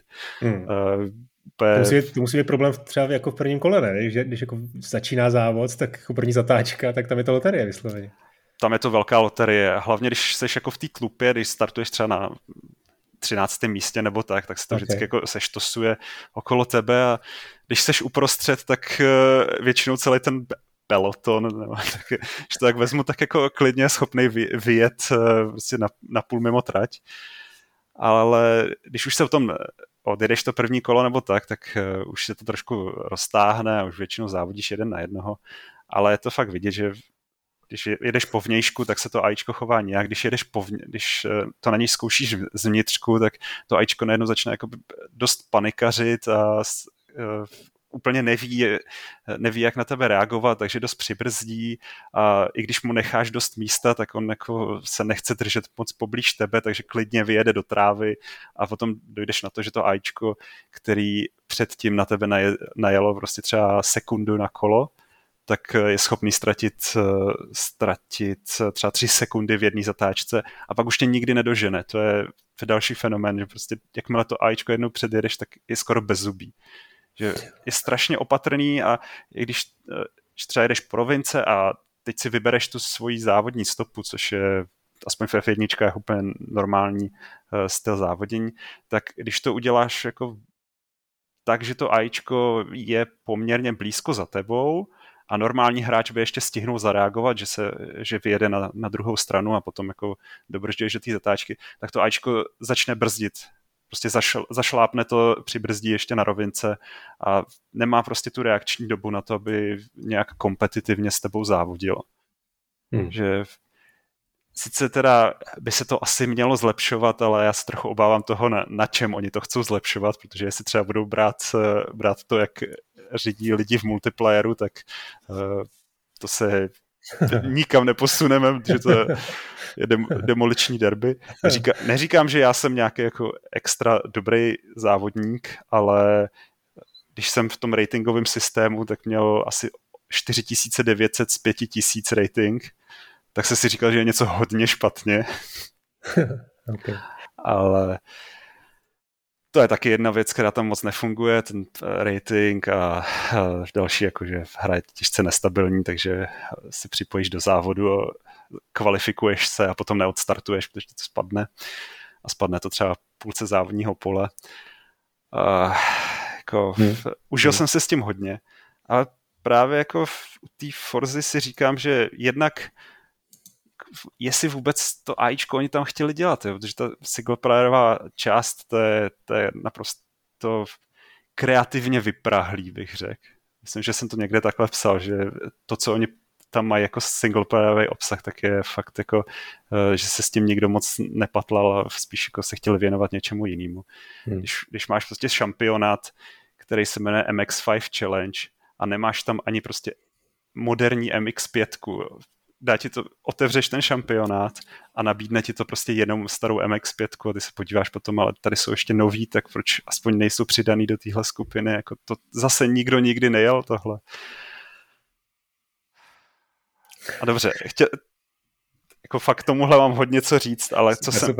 To musí být problém třeba jako v prvním kole, ne? Když jako začíná závod, tak jako první zatáčka, tak tam je to loterie vysloveně. Tam je to velká loterie. Hlavně, když jsi jako v té tlupě, když startuješ třeba na 13. místě nebo tak se to vždycky jako seštosuje okolo tebe a když seš uprostřed, tak většinou celý ten peloton, nebo tak, že to tak vezmu, tak jako klidně schopnej vyjet prostě na půl mimo trať. Ale když už se o tom odjedeš to první kolo nebo tak už se to trošku roztáhne a už většinou závodíš jeden na jednoho. Ale je to fakt vidět, že když jedeš po vnějšku, tak se to AIčko chová nějak. Když to na něj zkoušíš zvnitřku, tak to AIčko najednou začne jako dost panikařit a úplně neví, jak na tebe reagovat, takže dost přibrzdí a i když mu necháš dost místa, tak on jako se nechce držet moc poblíž tebe, takže klidně vyjede do trávy a potom dojdeš na to, že to AIčko, který předtím na tebe najelo prostě třeba sekundu na kolo, tak je schopný ztratit třeba 3 sekundy v jedné zatáčce a pak už tě nikdy nedožene. To je další fenomén, že prostě jakmile to AIčko jednou předjedeš, tak je skoro bezzubý. Že je strašně opatrný a i když třeba jedeš po rovince a teď si vybereš tu svoji závodní stopu, což je aspoň v F1 je úplně normální styl závodění, tak když to uděláš jako tak, že to AIčko je poměrně blízko za tebou a normální hráč by ještě stihnul zareagovat, že vyjede na druhou stranu a potom jako dobržděješ do té zatáčky, tak to AIčko začne brzdit. Prostě zašlápne to, přibrzdí ještě na rovince a nemá prostě tu reakční dobu na to, aby nějak kompetitivně s tebou závodilo. Že sice teda by se to asi mělo zlepšovat, ale já se trochu obávám toho, na čem oni to chcou zlepšovat, protože jestli třeba budou brát to, jak řídí lidi v multiplayeru, tak to se nikam neposuneme, protože to je demoliční derby. Neříkám, že já jsem nějaký jako extra dobrý závodník, ale když jsem v tom ratingovém systému, tak měl asi 4900 z 5000 rating, tak jsem si říkal, že je něco hodně špatně. Okay. Ale to je taky jedna věc, která tam moc nefunguje, ten rating a další, jakože hra je těžce nestabilní, takže si připojíš do závodu a kvalifikuješ se a potom neodstartuješ, protože to spadne. A spadne to třeba v půlce závodního pole. Užil jsem se s tím hodně, ale právě jako v té Forzy si říkám, že jednak jestli vůbec to AIčko oni tam chtěli dělat, jo? Protože ta singleplayerová část, to je naprosto kreativně vyprahlý, bych řekl. Myslím, že jsem to někde takhle psal, že to, co oni tam mají jako singleplayerový obsah, tak je fakt jako, že se s tím nikdo moc nepatlal a spíš jako se chtěli věnovat něčemu jinému. Když máš prostě šampionát, který se jmenuje MX5 Challenge a nemáš tam ani prostě moderní MX5, otevřeš ten šampionát a nabídne ti to prostě jenom starou MX5 a ty se podíváš potom, ale tady jsou ještě noví, tak proč aspoň nejsou přidaný do téhle skupiny, jako to zase nikdo nikdy nejel tohle. A dobře, jako fakt tomuhle mám hodně co říct, ale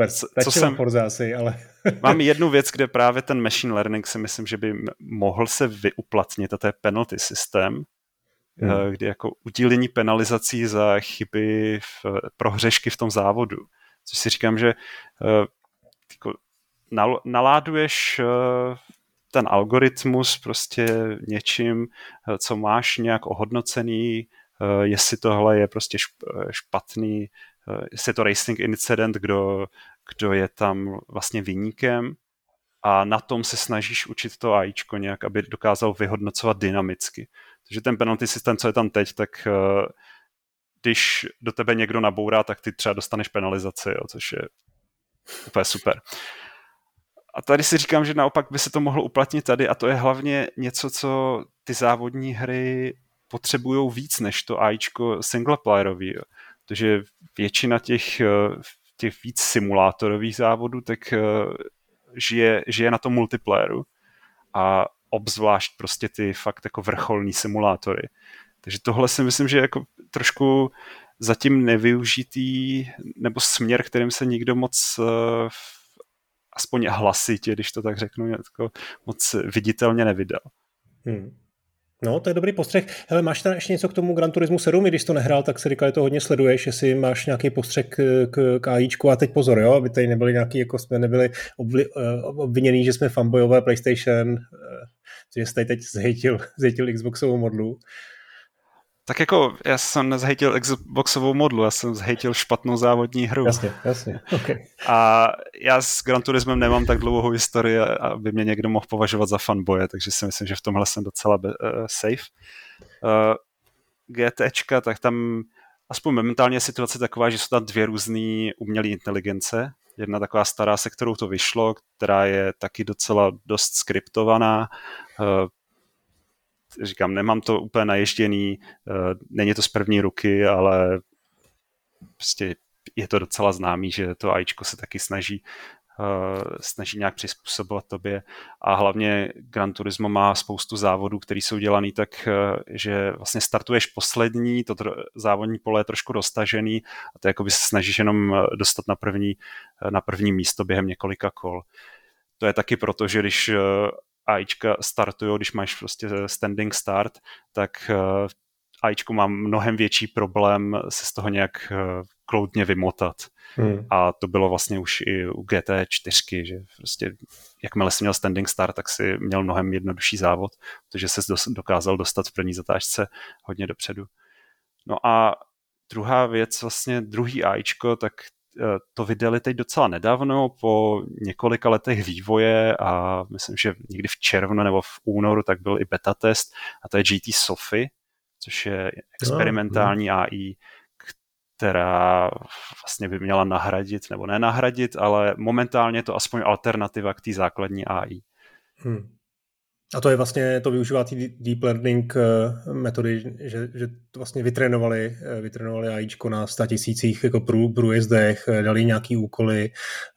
mám jednu věc, kde právě ten machine learning si myslím, že by mohl se vyuplatnit, a to je penalty systém, kdy jako udílení penalizací za chyby pro hřešky v tom závodu. Což si říkám, že jako naláduješ ten algoritmus prostě něčím, co máš nějak ohodnocený, jestli tohle je prostě špatný, jestli je to racing incident, kdo je tam vlastně viníkem a na tom se snažíš učit to AIčko nějak, aby dokázal vyhodnocovat dynamicky. Takže ten penalty systém, co je tam teď, tak když do tebe někdo nabourá, tak ty třeba dostaneš penalizaci, jo, což je úplně super. A tady si říkám, že naopak by se to mohlo uplatnit tady a to je hlavně něco, co ty závodní hry potřebujou víc než to AIčko singleplayerový, jo. Protože většina těch víc simulátorových závodů tak žije na tom multiplayeru a obzvlášť prostě ty fakt jako vrcholný simulátory. Takže tohle si myslím, že je jako trošku zatím nevyužitý nebo směr, kterým se nikdo moc aspoň hlasitě, když to tak řeknu, jako moc viditelně nevydal. No, to je dobrý postřeh. Hele, máš tam ještě něco k tomu Gran Turismo 7, i když to nehrál, tak se říká, že to hodně sleduješ, jestli máš nějaký postřeh k AIčku. A teď pozor, jo, aby tady nebyli nějaký, jako jsme nebyli obvinění, že jsme fanbojové PlayStation, že jste teď zhejtil Xboxovou modlu. Tak jako já jsem nezhejtil Xboxovou modlu, já jsem zhejtil špatnou závodní hru. Jasně, okay. A já s Gran Turismem nemám tak dlouhou historii, aby mě někdo mohl považovat za fanboje, takže si myslím, že v tomhle jsem docela safe. GTčka, tak tam aspoň momentálně je situace taková, že jsou tam dvě různé umělé inteligence. Jedna taková stará, se kterou to vyšlo, která je taky docela dost skriptovaná. Říkám, nemám to úplně naježděný, není to z první ruky, ale prostě je to docela známý, že to AIčko se taky snaží nějak přizpůsobovat tobě a hlavně Gran Turismo má spoustu závodů, které jsou dělaný tak, že vlastně startuješ poslední, to závodní pole je trošku roztažený a to jakoby se snažíš jenom dostat na první místo během několika kol. To je taky proto, že když AIčka startujou, když máš prostě standing start, tak AIčko má mnohem větší problém se z toho nějak kloudně vymotat. A to bylo vlastně už i u GT4, že prostě jakmile jsi měl standing start, tak si měl mnohem jednodušší závod, protože se dokázal dostat v první zatáčce hodně dopředu. No a druhá věc, vlastně druhý AIčko, tak to vydali teď docela nedávno, po několika letech vývoje a myslím, že někdy v červnu nebo v únoru tak byl i beta test a to je GT Sophie, což je experimentální AI, která vlastně by měla nahradit, nebo nenahradit, ale momentálně je to aspoň alternativa k té základní AI. A to je vlastně, to využívá ty deep learning metody, že to vlastně vytrénovali AIčko na 100 000 jako průjezdech, dali nějaký úkoly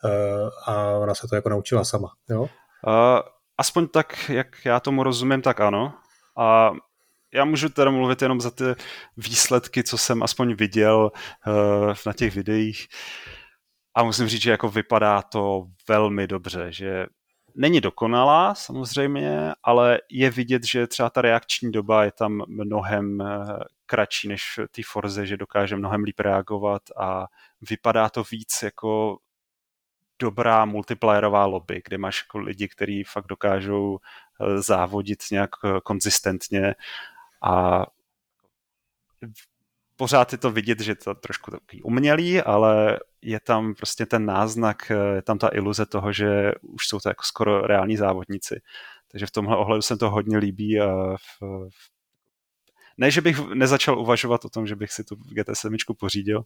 a ona se to jako naučila sama, jo? Aspoň tak, jak já tomu rozumím, tak ano. A já můžu teda mluvit jenom za ty výsledky, co jsem aspoň viděl na těch videích. A musím říct, že jako vypadá to velmi dobře, že není dokonalá samozřejmě, ale je vidět, že třeba ta reakční doba je tam mnohem kratší než v té Forze, že dokáže mnohem líp reagovat a vypadá to víc jako dobrá multiplayerová lobby, kde máš jako lidi, kteří fakt dokážou závodit nějak konzistentně a pořád je to vidět, že to trošku takový umělý, ale je tam prostě ten náznak, je tam ta iluze toho, že už jsou to jako skoro reální závodníci. Takže v tomhle ohledu se to hodně líbí a ne, že bych nezačal uvažovat o tom, že bych si tu GT7 pořídil.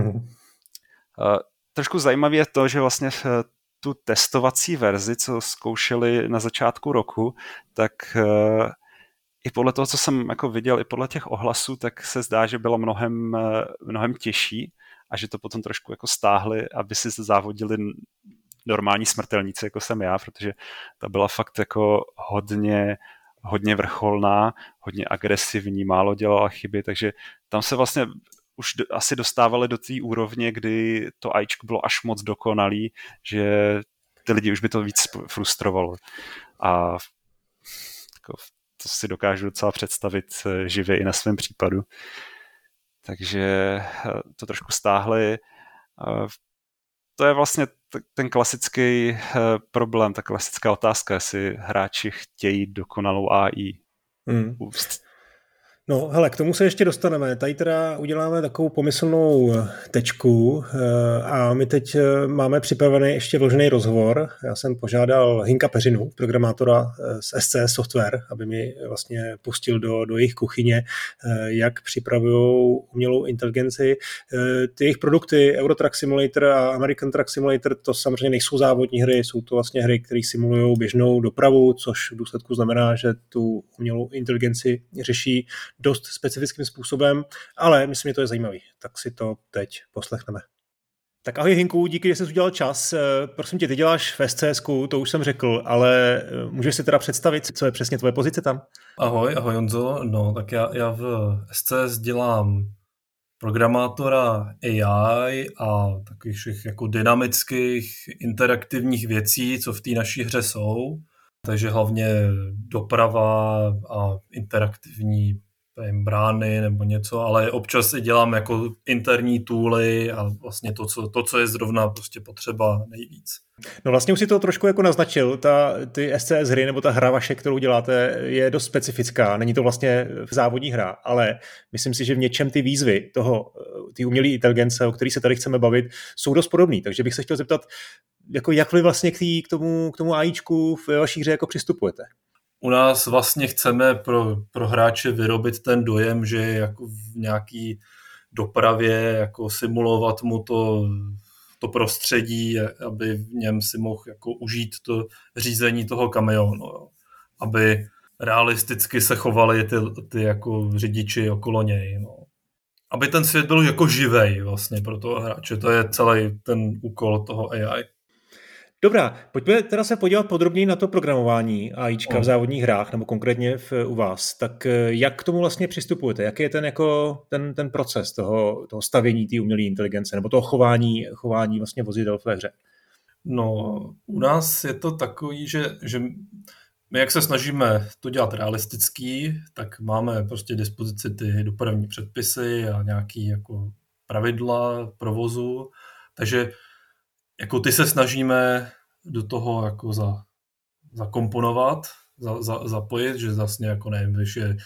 Trošku zajímavé je to, že vlastně tu testovací verzi, co zkoušeli na začátku roku, tak i podle toho, co jsem jako viděl, i podle těch ohlasů, tak se zdá, že byla mnohem těžší a že to potom trošku jako stáhli, aby si závodili normální smrtelníci, jako jsem já, protože ta byla fakt jako hodně vrcholná, hodně agresivní, málo dělala chyby, takže tam se vlastně už asi dostávali do té úrovně, kdy to AIčko bylo až moc dokonalý, že ty lidi už by to víc frustrovalo. A jako, to si dokážu docela představit živě i na svém případu. Takže to trošku stáhli. To je vlastně ten klasický problém, ta klasická otázka, jestli hráči chtějí dokonalou AI. No, hele, k tomu se ještě dostaneme. Tady teda uděláme takovou pomyslnou tečku a my teď máme připravený ještě vložený rozhovor. Já jsem požádal Hinka Peřinu, programátora z SCS Software, aby mi vlastně pustil do jejich kuchyně, jak připravují umělou inteligenci. Ty jejich produkty Eurotrack Simulator a American Truck Simulator, to samozřejmě nejsou závodní hry, jsou to vlastně hry, které simulují běžnou dopravu, což v důsledku znamená, že tu umělou inteligenci řeší dost specifickým způsobem, ale myslím, že to je zajímavý. Tak si to teď poslechneme. Tak ahoj Hinku, díky, že jsi udělal čas. Prosím tě, ty děláš v SCSku, to už jsem řekl, ale můžeš si teda představit, co je přesně tvoje pozice tam? Ahoj Honzo, no tak já v SCS dělám programátora AI a takových všech jako dynamických, interaktivních věcí, co v té naší hře jsou. Takže hlavně doprava a interaktivní brány nebo něco, ale občas i dělám jako interní tooly a vlastně to, co je zrovna prostě potřeba nejvíc. No vlastně už si to trošku jako naznačil, ty SCS hry nebo ta hra vaše, kterou děláte, je dost specifická, není to vlastně závodní hra, ale myslím si, že v něčem ty výzvy ty umělé inteligence, o kterých se tady chceme bavit, jsou dost podobný, takže bych se chtěl zeptat, jako jak vy vlastně k tomu AIčku v vaší hře jako přistupujete? U nás vlastně chceme pro hráče vyrobit ten dojem, že jako v nějaký dopravě jako simulovat mu to prostředí, aby v něm si mohl jako užít to řízení toho kamionu, jo. Aby realisticky se chovali ty jako řidiči okolo něj. No. Aby ten svět byl jako živej vlastně pro toho hráče. To je celý ten úkol toho AI. Dobrá, pojďme teda se podívat podrobněji na to programování AIčka v závodních hrách, nebo konkrétně u vás. Tak jak k tomu vlastně přistupujete? Jaký je ten proces toho stavění té umělé inteligence, nebo toho chování vlastně vozidel v hře? No, u nás je to takový, že my jak se snažíme to dělat realistický, tak máme prostě dispozici ty dopravní předpisy a nějaký jako pravidla provozu, takže jako ty se snažíme do toho jako zakomponovat, zapojit, že vlastně jako nevím,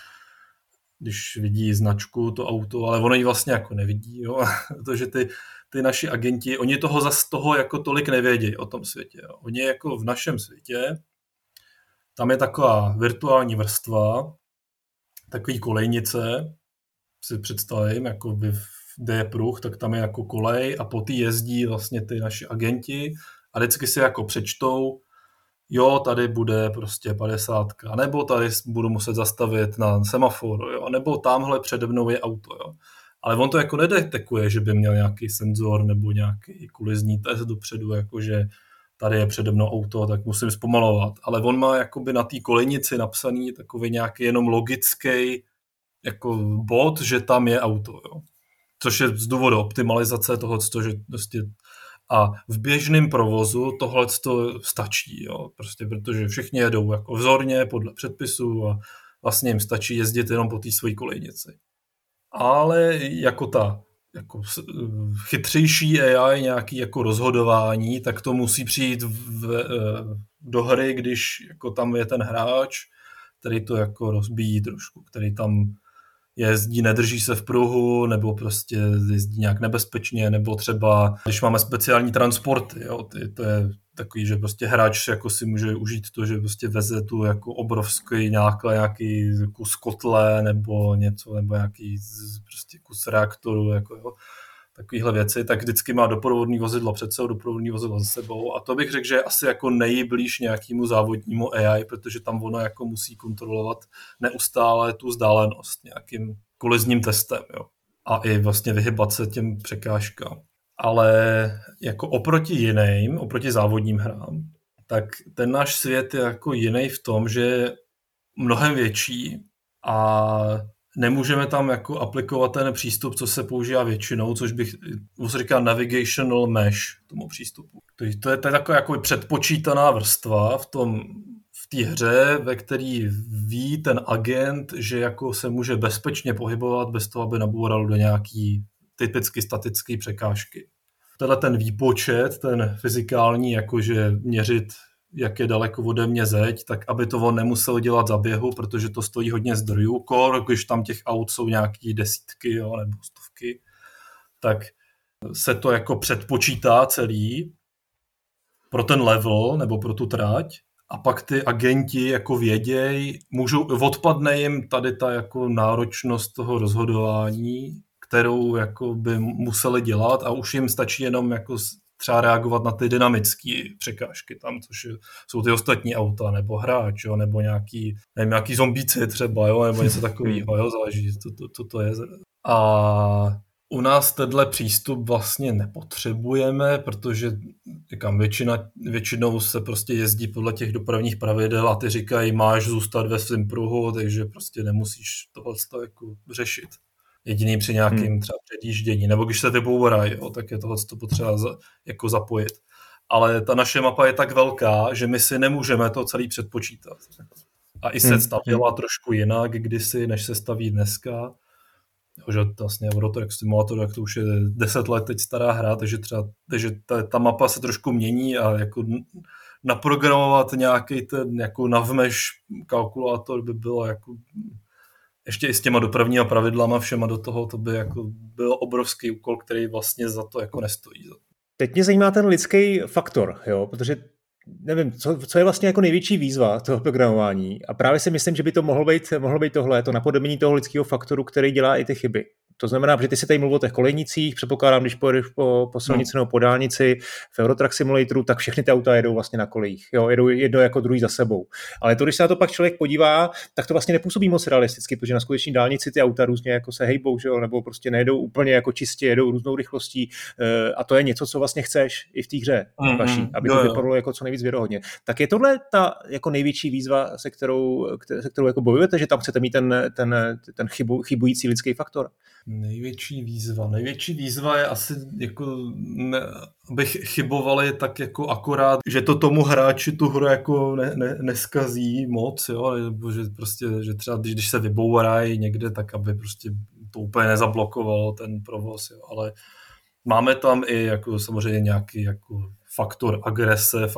když vidí značku to auto, ale ono ji vlastně jako nevidí, jo? Protože ty naši agenti, oni toho jako tolik nevědí o tom světě. Jo? Oni jako v našem světě, tam je taková virtuální vrstva, takový kolejnice, si představím, jako kde je pruh, tak tam je jako kolej a po té jezdí vlastně ty naši agenti a vždycky si jako přečtou, jo, tady bude prostě 50, nebo tady budu muset zastavit na semaforu, jo, nebo tamhle přede mnou je auto, jo. Ale on to jako nedetekuje, že by měl nějaký senzor nebo nějaký kolizní test dopředu, jakože tady je přede mnou auto, tak musím zpomalovat. Ale on má jakoby na té kolejnici napsaný takový nějaký jenom logický jako bod, že tam je auto, jo. Což je z důvodu optimalizace toho, že prostě a v běžném provozu tohle stačí, jo, prostě protože všichni jedou jako vzorně podle předpisů a vlastně jim stačí jezdit jenom po té své kolejnici. Ale jako jako chytřejší AI, nějaký jako rozhodování, tak to musí přijít do hry, když jako tam je ten hráč, který to jako rozbíjí trošku, který tam jezdí, nedrží se v pruhu, nebo prostě jezdí nějak nebezpečně, nebo třeba, když máme speciální transporty, jo, to je takový, že prostě hráč jako si může užít to, že prostě veze tu jako obrovský nějaký kus kotle, nebo něco, nebo nějaký prostě kus reaktoru, jako jo, takovýhle věci, tak vždycky má doprovodný vozidlo před sebou, doprovodný vozidlo za sebou a to bych řekl, že je asi jako nejblíž nějakému závodnímu AI, protože tam ono jako musí kontrolovat neustále tu vzdálenost nějakým kolizním testem, jo. A i vlastně vyhybat se těm překážkám. Ale jako oproti závodním hrám, tak ten náš svět je jako jiný v tom, že je mnohem větší a nemůžeme tam jako aplikovat ten přístup, co se používá většinou, což se říká navigational mesh tomu přístupu. To je taková jako předpočítaná vrstva v té hře, ve který ví ten agent, že jako se může bezpečně pohybovat bez toho, aby naboural do nějaký typicky statické překážky. Tenhle ten výpočet, ten fyzikální, jakože měřit jak je daleko ode mě zeď, tak aby to on nemusel dělat za běhu, protože to stojí hodně zdrojů, když tam těch aut jsou nějaký desítky, jo, nebo stovky, tak se to jako předpočítá celý pro ten level nebo pro tu trať a pak ty agenti jako věděj, odpadne jim tady ta jako náročnost toho rozhodování, kterou jako by museli dělat a už jim stačí jenom jako třeba reagovat na ty dynamické překážky tam, což jsou ty ostatní auta, nebo hráč, jo, nebo nějaký zombíci třeba, jo, nebo něco takového, jo, záleží, co to je. A u nás tenhle přístup vlastně nepotřebujeme, protože říkám, většinou se prostě jezdí podle těch dopravních pravidel a ty říkají, máš zůstat ve svém pruhu, takže prostě nemusíš tohle jako řešit. Jediný při nějakým třeba předjíždění, nebo když se vybourají, tak je tohle potřeba jako zapojit. Ale ta naše mapa je tak velká, že my si nemůžeme to celý předpočítat. A i se stavěla trošku jinak kdysi, než se staví dneska. Že vlastně Eurotrack Simulator, jak to už je 10 let teď stará hra, takže ta mapa se trošku mění a jako naprogramovat nějaký ten jako navmeš kalkulátor by bylo jako ještě i s těma dopravníma pravidlama všema do toho, to by jako byl obrovský úkol, který vlastně za to jako nestojí. Teď mě zajímá ten lidský faktor, jo, protože nevím, co je vlastně jako největší výzva toho programování a právě si myslím, že by to mohlo být tohle, to napodobení toho lidského faktoru, který dělá i ty chyby. To znamená, že ty si tady mluvil o těch kolejnicích, předpokládám, když pojedeš po silnici nebo po dálnici v Eurotrack Simulatoru, tak všechny ty auta jedou vlastně na kolejích. Jo, jedou jedno jako druhý za sebou. Ale to, když se na to pak člověk podívá, tak to vlastně nepůsobí moc realisticky, protože na skutečné dálnici ty auta různě jako se hejbou, že jo, nebo prostě nejedou úplně jako čistě, jedou různou rychlostí a to je něco, co vlastně chceš i v té hře vaší, aby to vypadalo jako co nejvíc věrohodně. Tak je tohle ta jako největší výzva, se kterou jako bojujete, že tam chcete mít ten chybující lidský faktor? Největší výzva je asi jako abych chybovali tak jako akorát, že to tomu hráči tu hru jako neskazí moc, jo, nebo že prostě, že třeba když se vybourají někde, tak aby prostě to úplně nezablokovalo ten provoz, jo, ale máme tam i jako samozřejmě nějaký jako faktor agrese,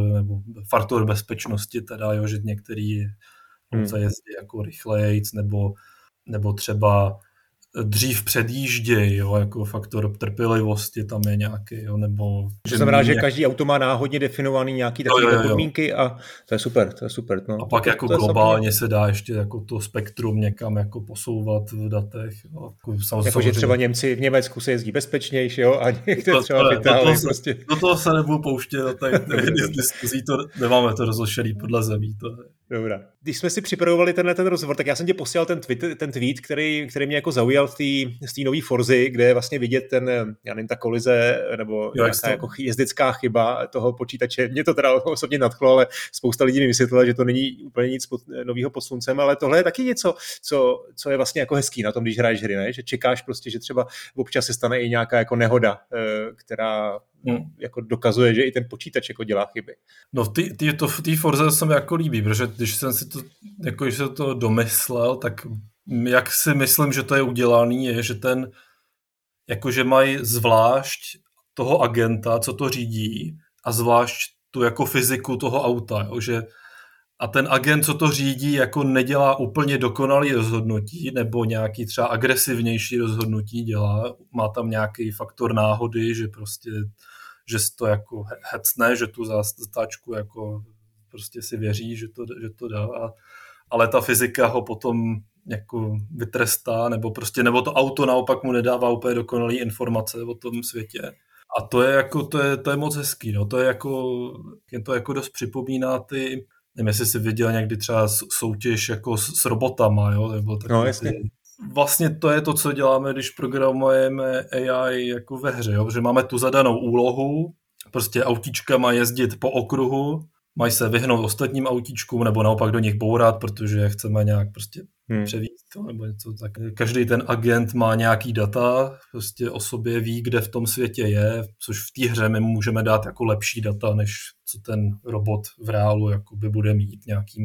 faktor bezpečnosti teda, jo, že některý se jezdí jako rychlejc, nebo třeba dřív předjížděj, jo, jako faktor trpělivosti tam je nějaký, jo, nebo... To znamená, že každý auto má náhodně definovaný nějaký takové podmínky a to je super. No. A pak jako globálně se dá ještě jako to spektrum někam jako posouvat v datech. Jo, jako že třeba Němci v Německu se jezdí bezpečnější, jo, a někde třeba v Itálii prostě... Do toho se nebudu pouštět, diskuzí to nemáme to rozlišený podle zemí, to je. Dobrá. Když jsme si připravovali ten rozhovor, tak já jsem tě posílal ten tweet, který mě jako zaujal z té nový Forzy, kde je vlastně vidět ta kolize nebo nějaká jako jezdecká chyba toho počítače. Mě to teda osobně nadchlo, ale spousta lidí mi vysvětlila, že to není úplně nic nového pod sluncem, ale tohle je taky něco, co je vlastně jako hezký na tom, když hraješ hry, ne? Že čekáš prostě, že třeba občas se stane i nějaká jako nehoda, která jako dokazuje, že i ten počítač jako dělá chyby. No v té Forze se mi jako líbí, protože když jsem si to, jako když se to domyslel, tak jak si myslím, že to je udělaný, je, že jakože mají zvlášť toho agenta, co to řídí, a zvlášť tu jako fyziku toho auta, jo, že a ten agent, co to řídí, jako nedělá úplně dokonalý rozhodnutí, nebo nějaký třeba agresivnější rozhodnutí dělá, má tam nějaký faktor náhody, že prostě, že to jako hecne, že tu zatáčku jako prostě si věří, že to dá, ale ta fyzika ho potom jako vytrestá, nebo to auto naopak mu nedává úplně dokonalý informace o tom světě. A to je jako, to je moc hezký, no. To je jako dost připomíná nevím, jestli jsi viděl někdy třeba soutěž jako s robotama, jo, nebo tak. No, jasně. Vlastně to je to, co děláme, když programujeme AI jako ve hře, jo, že máme tu zadanou úlohu, prostě autíčka má jezdit po okruhu, mají se vyhnout ostatním autíčkům, nebo naopak do nich bourat, protože chceme nějak prostě převíst, nebo něco tak. Každý ten agent má nějaký data, prostě o sobě ví, kde v tom světě je, což v té hře my můžeme dát jako lepší data, než co ten robot v reálu jakoby bude mít nějakýma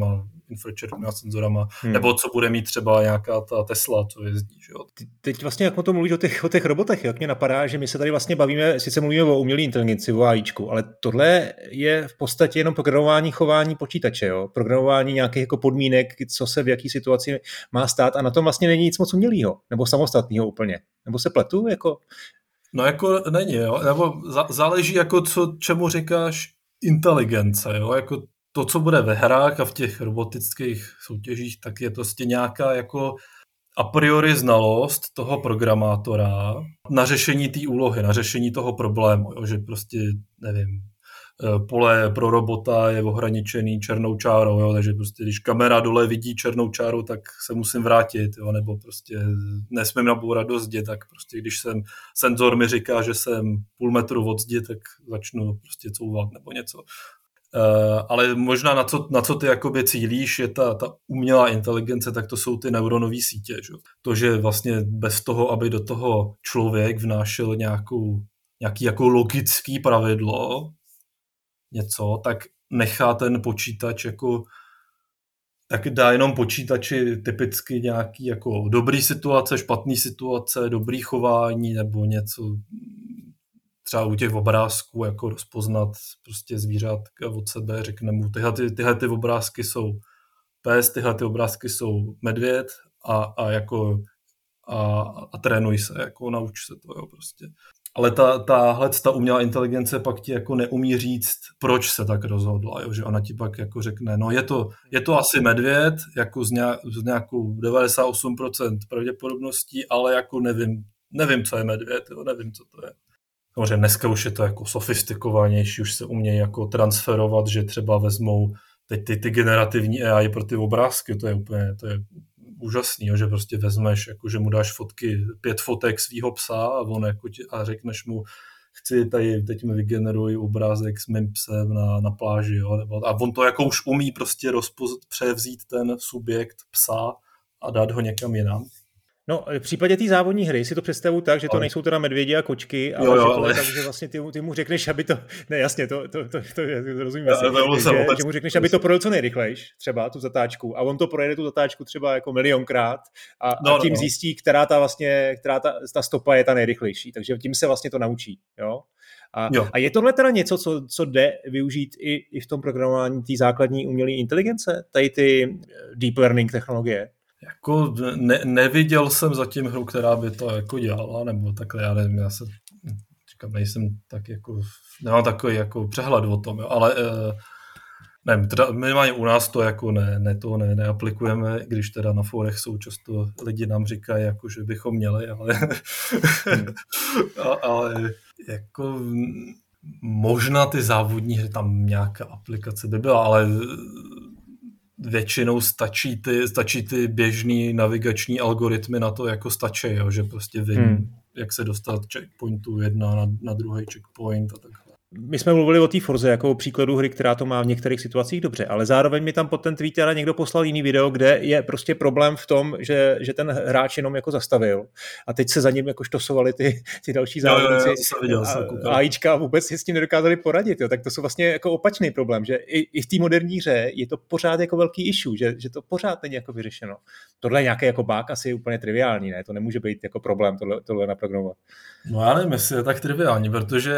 infračervenými senzorama, nebo co bude mít třeba nějaká ta Tesla, co jezdí. Že jo? Teď vlastně, jak o tom mluvíš o těch robotech, jak mě napadá, že my se tady vlastně bavíme, sice mluvíme o umělé inteligenci, o AIčku, ale tohle je v podstatě jenom programování chování počítače, jo? Programování nějakých jako podmínek, co se v jaký situaci má stát a na tom vlastně není nic moc umělého, nebo samostatného úplně. Nebo se pletu? Jako... No jako není, jo? Nebo záleží jako čemu říkáš inteligence, jo? Jako to, co bude ve hrách a v těch robotických soutěžích, tak je to prostě nějaká jako a priori znalost toho programátora na řešení té úlohy, na řešení toho problému, jo? Že prostě, nevím, pole pro robota je ohraničený černou čárou, jo? Takže prostě když kamera dole vidí černou čáru, tak se musím vrátit, jo? Nebo prostě nesmím nabourat do zdi, tak prostě když senzor mi říká, že jsem půl metru od zdi, tak začnu prostě couvat nebo něco. Ale možná na co ty jakoby cílíš, je ta umělá inteligence, tak to jsou ty neuronové sítě. Že? To, že vlastně bez toho, aby do toho člověk vnášel nějaký jako logický pravidlo, něco, tak nechá ten počítač jako tak dá jenom počítači typicky nějaký jako dobrý situace, špatný situace, dobrý chování nebo něco třeba u těch obrázků jako rozpoznat prostě zvířátka od sebe, řekne mu tyhle ty obrázky jsou pes, tyhle ty obrázky jsou medvěd a trénuj se, jako nauč se to, jo, prostě. Ale ta umělá inteligence pak ti jako neumí říct, proč se tak rozhodla, jo? Že ona ti pak jako řekne, no je to asi medvěd, jako z nějakou 98% pravděpodobností, ale jako nevím, co je medvěd, jo? Nevím, co to je. Samozřejmě dneska už je to jako sofistikovanější, už se umějí jako transferovat, že třeba vezmou teď ty generativní AI pro ty obrázky, to je úžasný, jo, že prostě vezmeš, jako, že mu dáš 5 fotek svýho psa a on jako a řekneš mu, chci tady, teď mi vygeneruj obrázek s mým psem na pláži, jo, a on to jako už umí prostě převzít ten subjekt psa a dát ho někam jinam. No, v případě té závodní hry si to představuju tak, že to nejsou teda medvědi a kočky, ale že to je tak, že vlastně ty mu řekneš, aby to, ne jasně, to rozumím že mu řekneš, aby to projel co nejrychlejš, třeba tu zatáčku, a on to projede tu zatáčku třeba jako milionkrát a tím zjistí, která ta stopa je ta nejrychlejší, takže tím se vlastně to naučí, jo. A je tohle teda něco, co jde využít i v tom programování té základní umělé inteligence, tady ty deep learning technologie? Jako neviděl jsem zatím hru, která by to jako dělala, nebo takhle, já nevím, nejsem tak jako, nemám takový jako přehled o tom, jo, ale nevím, teda minimálně u nás to jako neaplikujeme, když teda na fórech jsou často lidi nám říkají, jako, že bychom měli, ale jako možná ty závodní hry, tam nějaká aplikace by byla, ale většinou stačí ty běžný navigační algoritmy na to, jako stačí, jo, že prostě vím, jak se dostat checkpointu 1 na druhý checkpoint a takhle. My jsme mluvili o té Forze jako o příkladu hry, která to má v některých situacích dobře, ale zároveň mi tam pod ten tweet někdo poslal jiný video, kde je prostě problém v tom, že ten hráč jenom jako zastavil a teď se za ním jako štosovali ty další závodníci a AIčka vůbec si s tím nedokázali poradit, jo. Tak to jsou vlastně jako opačný problém, že i v té moderní hře je to pořád jako velký issue, že to pořád není jako vyřešeno. Tohle je nějaký jako bug asi úplně triviální, ne? To nemůže být jako problém tohle naprogramovat. No já nevím, jestli je tak triviální, protože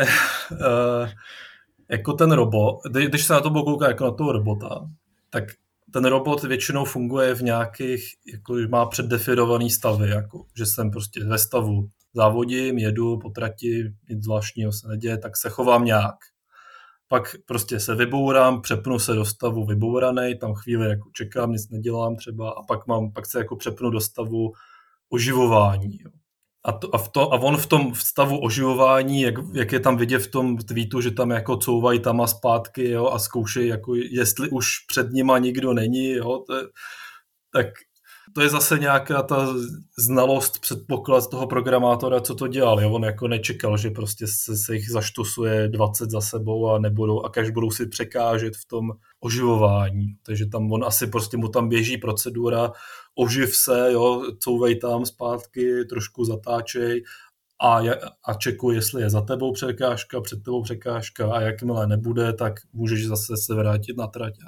jako ten robot, když se na to kouká jako na toho robota, tak ten robot většinou funguje v nějakých, jako má předdefinovaný stavy, jako, že jsem prostě ve stavu závodím, jedu po trati, nic zvláštního se neděje, tak se chovám nějak. Pak prostě se vybourám, přepnu se do stavu vybouranej, tam chvíli jako čekám, nic nedělám třeba a pak se jako přepnu do stavu oživování, jo. A on v tom stavu oživování, jak je tam vidět v tom tweetu, že tam jako couvají tam a zpátky, jo, a zkoušejí, jako jestli už před nima nikdo není, jo, tak to je zase nějaká ta znalost, předpoklad toho programátora, co to dělal. Jo? On jako nečekal, že prostě se jich zaštosuje 20 za sebou a až budou si překážet v tom oživování. Takže tam on asi prostě mu tam běží procedura, oživ se, jo, couvej tam zpátky, trošku zatáčej a čekuj, jestli je za tebou překážka, před tebou překážka a jakmile nebude, tak můžeš zase se vrátit na trať a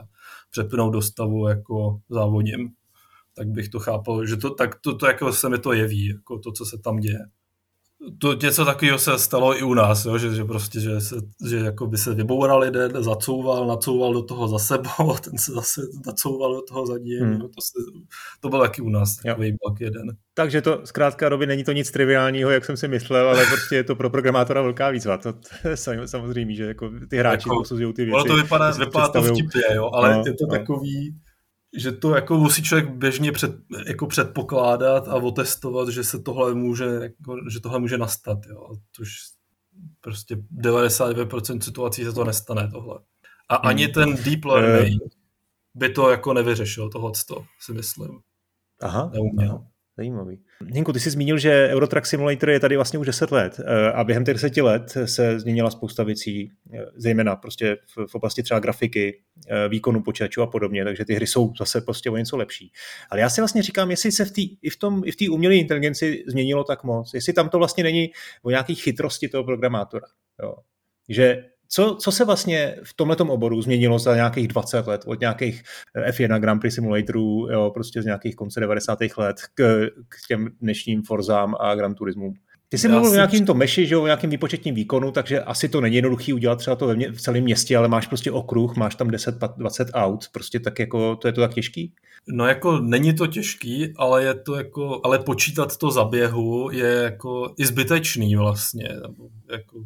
přepnout do stavu jako závodním. Tak bych to chápal, že to jako se mi to jeví, jako to, co se tam děje. To něco takového se stalo i u nás, jo? Že prostě, že jako by se vyboural jeden, nacouval do toho za sebou, ten se zase nacouval do toho za ním. To byl taky u nás takový blok jeden. Takže to zkrátka doby není to nic triviálního, jak jsem si myslel, ale prostě je to pro programátora velká výzva. To je samozřejmě, že jako ty hráči posuzují ty věci. Ono to vypadá to vtipně, jo, ale je to takový, že to jako musí člověk běžně předpokládat a otestovat, že se tohle může nastat. Jo. Tož prostě 99% situací se to nestane tohle. A ani ten deep learning by to jako nevyřešil, tohleto, si myslím. Aha. Zajímavý. Hinku, ty jsi zmínil, že Eurotrack Simulator je tady vlastně už 10 let a během těch 10 let se změnila spousta věcí, zejména prostě v oblasti třeba grafiky, výkonu počítačů a podobně, takže ty hry jsou zase prostě o něco lepší. Ale já si vlastně říkám, jestli se v té umělé inteligenci změnilo tak moc, jestli tam to vlastně není o nějaký chytrosti toho programátora. Jo. Že co se vlastně v tomhletom oboru změnilo za nějakých 20 let, od nějakých F1 Grand Prix simulatorů, jo, prostě z nějakých konce 90. let k těm dnešním Forzám a Gran Turismům? Ty jsi mluvil o nějakým to meši, že o nějakým výpočetním výkonu, takže asi to není jednoduchý udělat třeba to v celém městě, ale máš prostě okruh, máš tam 10-20 aut, prostě tak jako, to je to tak těžký? No jako není to těžký, ale je to jako, ale počítat to za běhu je jako i zbytečný vlastně, jako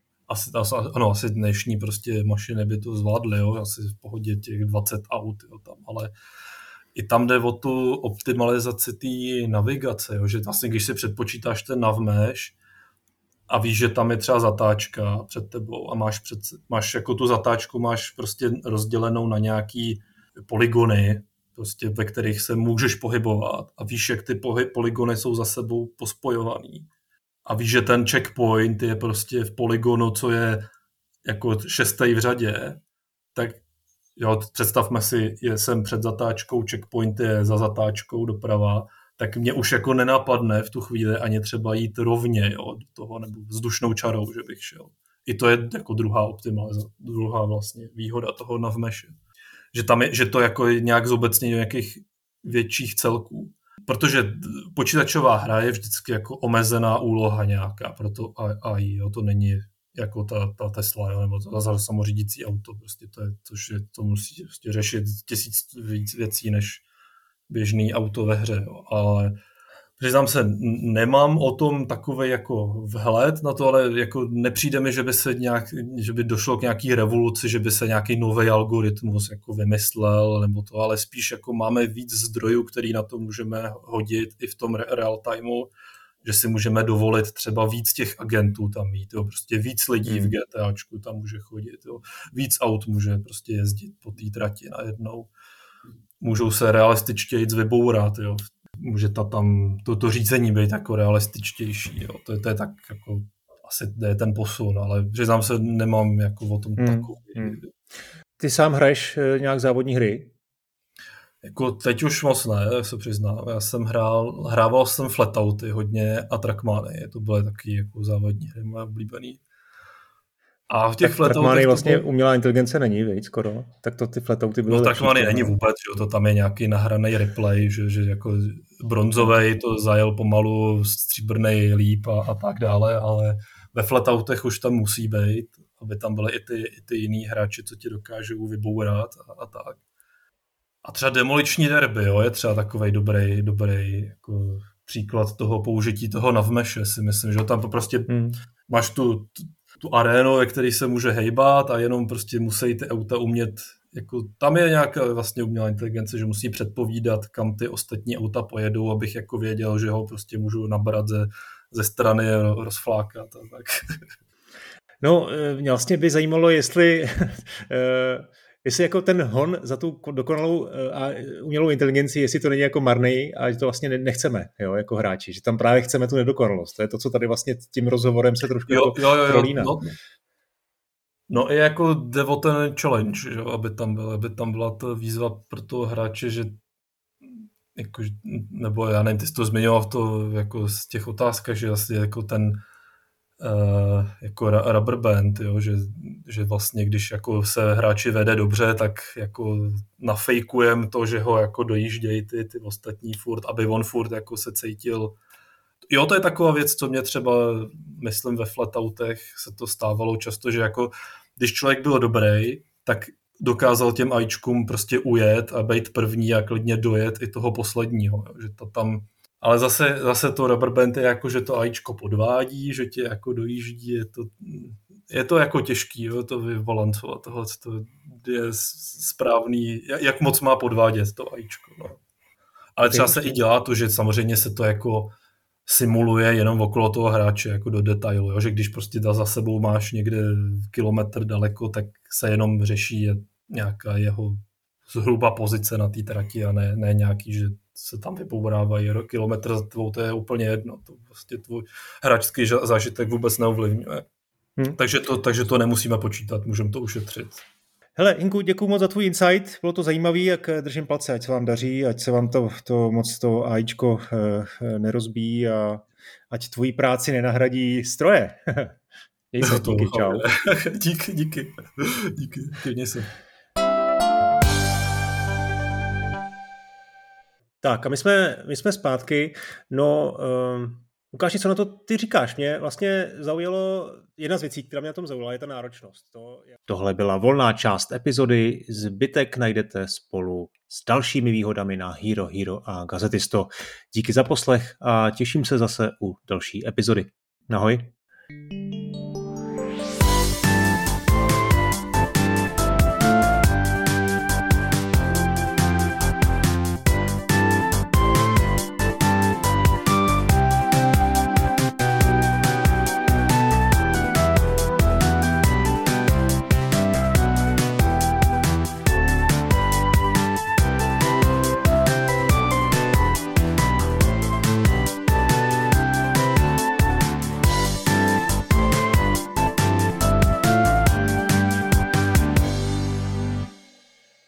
asi dnešní prostě mašiny by to zvládly, jo, asi v pohodě těch 20 aut, jo, tam, ale i tam jde o tu optimalizaci té navigace, jo, že vlastně když si předpočítáš ten navmesh a víš, že tam je třeba zatáčka před tebou a máš jako tu zatáčku máš prostě rozdělenou na nějaký polygony, prostě ve kterých se můžeš pohybovat a víš, jak ty polygony jsou za sebou pospojovaný. A víš, že ten checkpoint je prostě v polygonu, co je jako 6. v řadě, tak jo, představme si, jsem před zatáčkou, checkpoint je za zatáčkou doprava, tak mě už jako nenapadne v tu chvíli ani třeba jít rovně, jo, do toho, nebo vzdušnou čarou, že bych šel. I to je jako druhá optimalizace, druhá vlastně výhoda toho navmeše. Že to jako je nějak zobecnění nějakých větších celků. Protože počítačová hra je vždycky jako omezená úloha nějaká, proto AI, jo, to není jako ta Tesla, jo, nebo to samořídící auto, prostě to musí prostě řešit 1000 víc věcí než běžný auto ve hře, jo, ale přiznám se, nemám o tom takovej jako vhled na to, ale jako nepřijde mi, že by došlo k nějaký revoluci, že by se nějaký nový algoritmus jako vymyslel, nebo to, ale spíš jako máme víc zdrojů, který na to můžeme hodit i v tom real timeu, že si můžeme dovolit třeba víc těch agentů tam mít, jo, prostě víc lidí v GTAčku tam může chodit, jo, víc aut může prostě jezdit po té trati najednou. Můžou se realističtěji vybourat, jo. Může tam to řízení být jako realističtější, jo. To je tak jako asi je ten posun, ale přiznám se, nemám jako o tom takový. Ty sám hraješ nějak závodní hry? Jako teď už moc ne, se přiznám. Já jsem hrával jsem Flatouty hodně a Trackmany, to byly taky jako závodní hry moje oblíbený. A v těch Trackmany vlastně umělá inteligence není, víc skoro. Tak to ty Flatouty byly. No Trackmany není vůbec, že to tam je nějaký nahraný replay, že jako bronzovej to zajel pomalu, stříbrnej líp a tak dále, ale ve Flatoutech už tam musí být, aby tam byly i ty jiný hráči, co ti dokážou vybourat a tak. A třeba Demoliční derby, jo, je třeba takovej dobrý jako příklad toho použití toho navmeše, si myslím, že tam prostě máš tu arénu, ve který se může hejbat a jenom prostě musí ty auta umět, jako tam je nějaká vlastně umělá inteligence, že musí předpovídat, kam ty ostatní auta pojedou, abych jako věděl, že ho prostě můžu nabrat ze strany rozflákat a tak. No, mě vlastně by zajímalo, jestli jako ten hon za tu dokonalou a umělou inteligenci, jestli to není jako marný a že to vlastně nechceme, jo, jako hráči, že tam právě chceme tu nedokonalost. To je to, co tady vlastně tím rozhovorem se trošku prolíná. No i jako jde o ten challenge, že, aby tam byla ta výzva pro toho hráče, že jako, nebo já nevím, ty jsi to zmiňoval jako z těch otázkách, že asi jako ten jako rubber band, jo, že vlastně když jako se hráči vede dobře, tak jako nafejkujem to, že ho jako dojíždějí ty ostatní furt, aby on furt jako se cítil. Jo, to je taková věc, co mě třeba, myslím, ve flatoutech se to stávalo často, že jako když člověk byl dobrý, tak dokázal těm AIčkům prostě ujet a být první a klidně dojet i toho posledního, že to tam. Ale zase to rubber band je jako, že to AIčko podvádí, že tě jako dojíždí, je to jako těžký, jo, to vybalancovat, tohle je správný, jak moc má podvádět to AIčko, no. Ale třeba se i dělá to, že samozřejmě se to jako simuluje jenom okolo toho hráče, jako do detailu, jo? Že když prostě za sebou máš někde kilometr daleko, tak se jenom řeší nějaká jeho zhruba pozice na té trati a ne nějaký, že se tam vybourávají kilometr za tvou, to je úplně jedno. To prostě tvůj hráčský zážitek vůbec neovlivňuje. Takže to nemusíme počítat, můžeme to ušetřit. Hele, Inku, děkuju moc za tvůj insight, bylo to zajímavý, jak držím palce, ať se vám daří, ať se vám to moc to AIčko nerozbíjí a ať tvoji práci nenahradí stroje. Měj se, díky, čau. Díky, měj se. Tak a my jsme zpátky, no Lukáši, co na to ty říkáš? Mě vlastně zaujalo, jedna z věcí, která mě na tom zaujala, je ta náročnost. Tohle byla volná část epizody, zbytek najdete spolu s dalšími výhodami na Hero Hero a Gazetisto. Díky za poslech a těším se zase u další epizody. Ahoj.